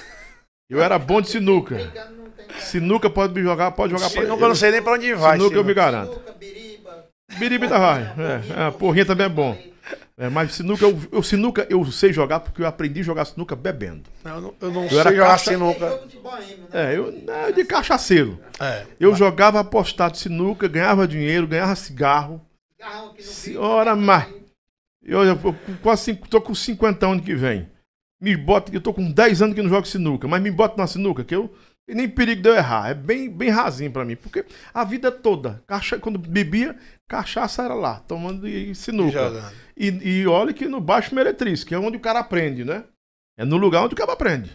Eu era bom de sinuca. Brincando não tem graça. Sinuca pode jogar pra Sinuca eu não sei nem pra onde vai. Sinuca eu me garanto. Sinuca, biriba. Biriba da vai. A porrinha também é bom. Mas sinuca, eu sei jogar porque eu aprendi a jogar sinuca bebendo. Eu não Eu sei era jogar caixa- É sinuca. jogo de boêmio, né? Eu de cachaceiro. Eu jogava apostado sinuca, ganhava dinheiro, ganhava cigarro. Cigarrão aqui no Senhora, mas eu quase tô com 50 anos que vem. Eu tô com 10 anos que não jogo sinuca, mas me bota na sinuca, que eu e nem perigo de eu errar. É bem rasinho pra mim, porque a vida toda, quando bebia, cachaça era lá, tomando sinuca. E olha que no Baixo Meretrício, que é onde o cara aprende, né? É no lugar onde o cara aprende.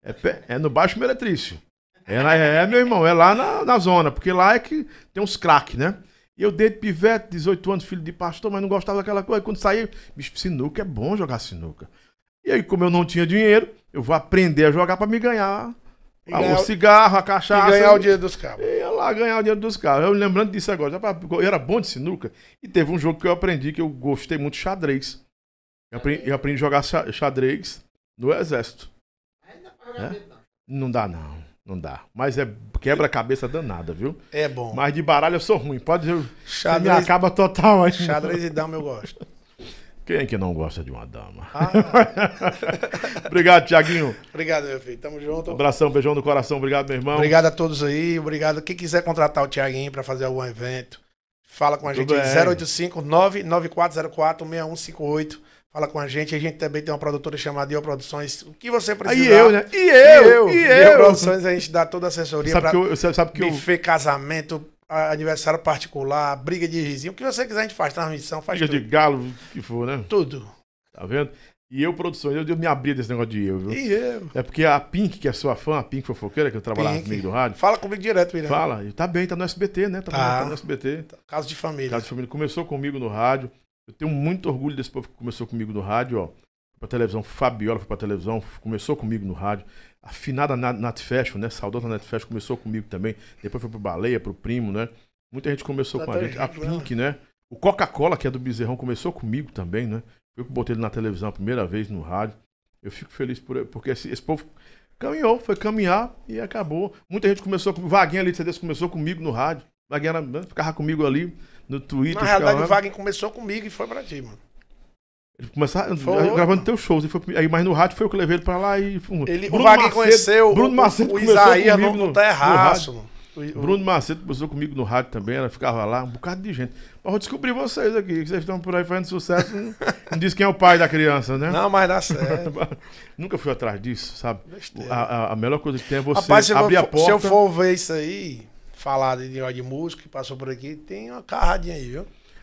É no Baixo Meretrício. Meu irmão, é lá na zona, porque lá é que tem uns craques, né? E eu desde pivete, 18 anos, filho de pastor, mas não gostava daquela coisa. Quando saí, bicho, sinuca é bom jogar sinuca. E aí, como eu não tinha dinheiro, eu vou aprender a jogar pra me ganhar o cigarro, a cachaça. E ganhar o dinheiro dos cabos. E ia lá ganhar o dinheiro dos caras. Eu lembrando disso agora, eu era bom de sinuca. E teve um jogo que eu aprendi, que eu gostei muito, xadrez. Eu aprendi a jogar xadrez no exército. Ainda pra jogar medo, não. Não dá, não dá. Mas é quebra-cabeça danada, viu? É bom. Mas de baralho eu sou ruim. Você me Xadrez, acaba total aí. xadrez e dama eu gosto. Quem é que não gosta de uma dama? Obrigado, Thiaguinho. Obrigado, meu filho. Tamo junto. Abração, beijão no coração. Obrigado, meu irmão. Obrigado a todos aí. Obrigado. Quem quiser contratar o Thiaguinho pra fazer algum evento, fala com a gente. Tudo bem. 085 99404 6158. Fala com a gente. A gente também tem uma produtora chamada IO Produções. O que você precisar. Aí eu, né? E IO eu. Produções, a gente dá toda a assessoria Sabe pra que eu buffet, casamento, aniversário particular, briga de vizinho. O que você quiser a gente faz. Transmissão, faz Briga de tudo. galo, o que for, né? Tudo. Tá vendo? E eu, produções, eu me abri desse negócio de eu, viu? E eu. É porque a Pink, que é sua fã, a Pink fofoqueira, que eu trabalhava Pink. comigo do rádio, Fala comigo direto, William. fala, e tá bem, tá no SBT, né? Tá no SBT. Caso de família. Casa de Família. Começou comigo no rádio. Eu tenho muito orgulho desse povo que começou comigo no rádio, ó. Foi pra televisão, Fabiola foi pra televisão, começou comigo no rádio. A finada Nat Fashion, né? Saudosa Nat Fashion começou comigo também. Depois foi pro Baleia, pro Primo, né? Muita gente começou com a gente. A Pink, né? O Coca-Cola, que é do Bezerrão, começou comigo também, né? Eu que botei ele na televisão a primeira vez no rádio. Eu fico feliz porque esse povo caminhou, foi caminhar e acabou. Muita gente começou comigo. Vaguinha ali de CDs começou comigo no rádio. Vaguinha ficava comigo ali no Twitter. Na realidade, o Wagner começou comigo e foi pra ti, mano. Ele começava gravando teus shows. Aí, mas no rádio foi eu que levei ele pra lá e. O Wagner conheceu Bruno Macedo o Isaías comigo no terraço. Mano. Bruno Macedo começou comigo no rádio também, ela ficava lá, um bocado de gente. Mas eu descobri vocês aqui, que vocês estão por aí fazendo sucesso. Não diz quem é o pai da criança, né? Não, mas dá certo. Nunca fui atrás disso, sabe? A melhor coisa que tem é você Rapaz, abrir a porta. Se eu for ver isso aí, falar de música que passou por aqui, tem uma carradinha aí, viu?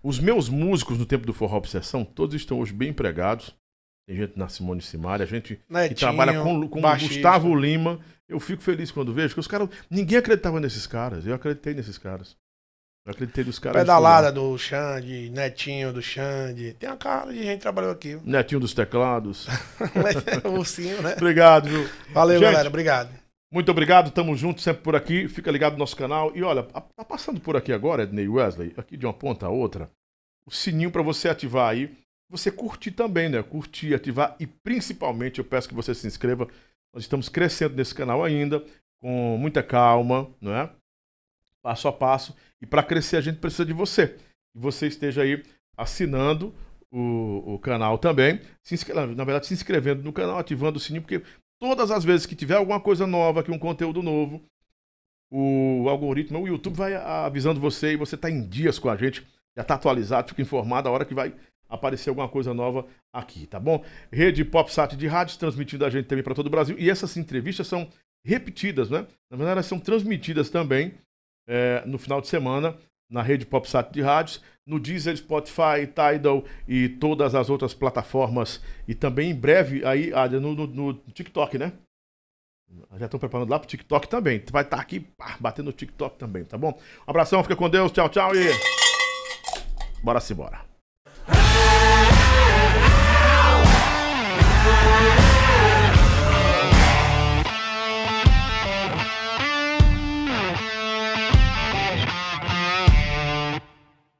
Os meus músicos no tempo do Forró Obsessão, todos estão hoje bem empregados. Tem gente na Simone Simaria, gente que trabalha com o Gustavo Lima. Eu fico feliz quando vejo que os caras... Ninguém acreditava nesses caras. Eu acreditei nesses caras. Eu acreditei nos caras. Pedalada do Xande, Netinho do Xande. Tem uma cara de gente que trabalhou aqui. Netinho dos teclados. Ursinho, né? Obrigado, viu? Valeu, gente, galera. Obrigado. Muito obrigado. Tamo junto sempre por aqui. Fica ligado no nosso canal. E olha, tá passando por aqui agora, Ednei Wesley, aqui de uma ponta a outra, o sininho pra você ativar aí. Você curtir também, né? Curtir, ativar e principalmente eu peço que você se inscreva. Nós estamos crescendo nesse canal ainda, com muita calma, não é? Passo a passo. E para crescer a gente precisa de você. Que você esteja aí assinando o canal também. Na verdade, se inscrevendo no canal, ativando o sininho, porque todas as vezes que tiver alguma coisa nova aqui, um conteúdo novo, o algoritmo, o YouTube vai avisando você e você está em dias com a gente. Já está atualizado, fica informado a hora que vai aparecer alguma coisa nova aqui, tá bom? Rede PopSat de rádios, transmitindo a gente também para todo o Brasil. E essas entrevistas são repetidas, né? Na verdade, elas são transmitidas também no final de semana na Rede PopSat de rádios, no Deezer, Spotify, Tidal e todas as outras plataformas. E também em breve aí no TikTok, né? Já estão preparando lá pro TikTok também. Vai estar aqui batendo no TikTok também, tá bom? Um abração, fica com Deus, tchau, tchau e bora-se embora.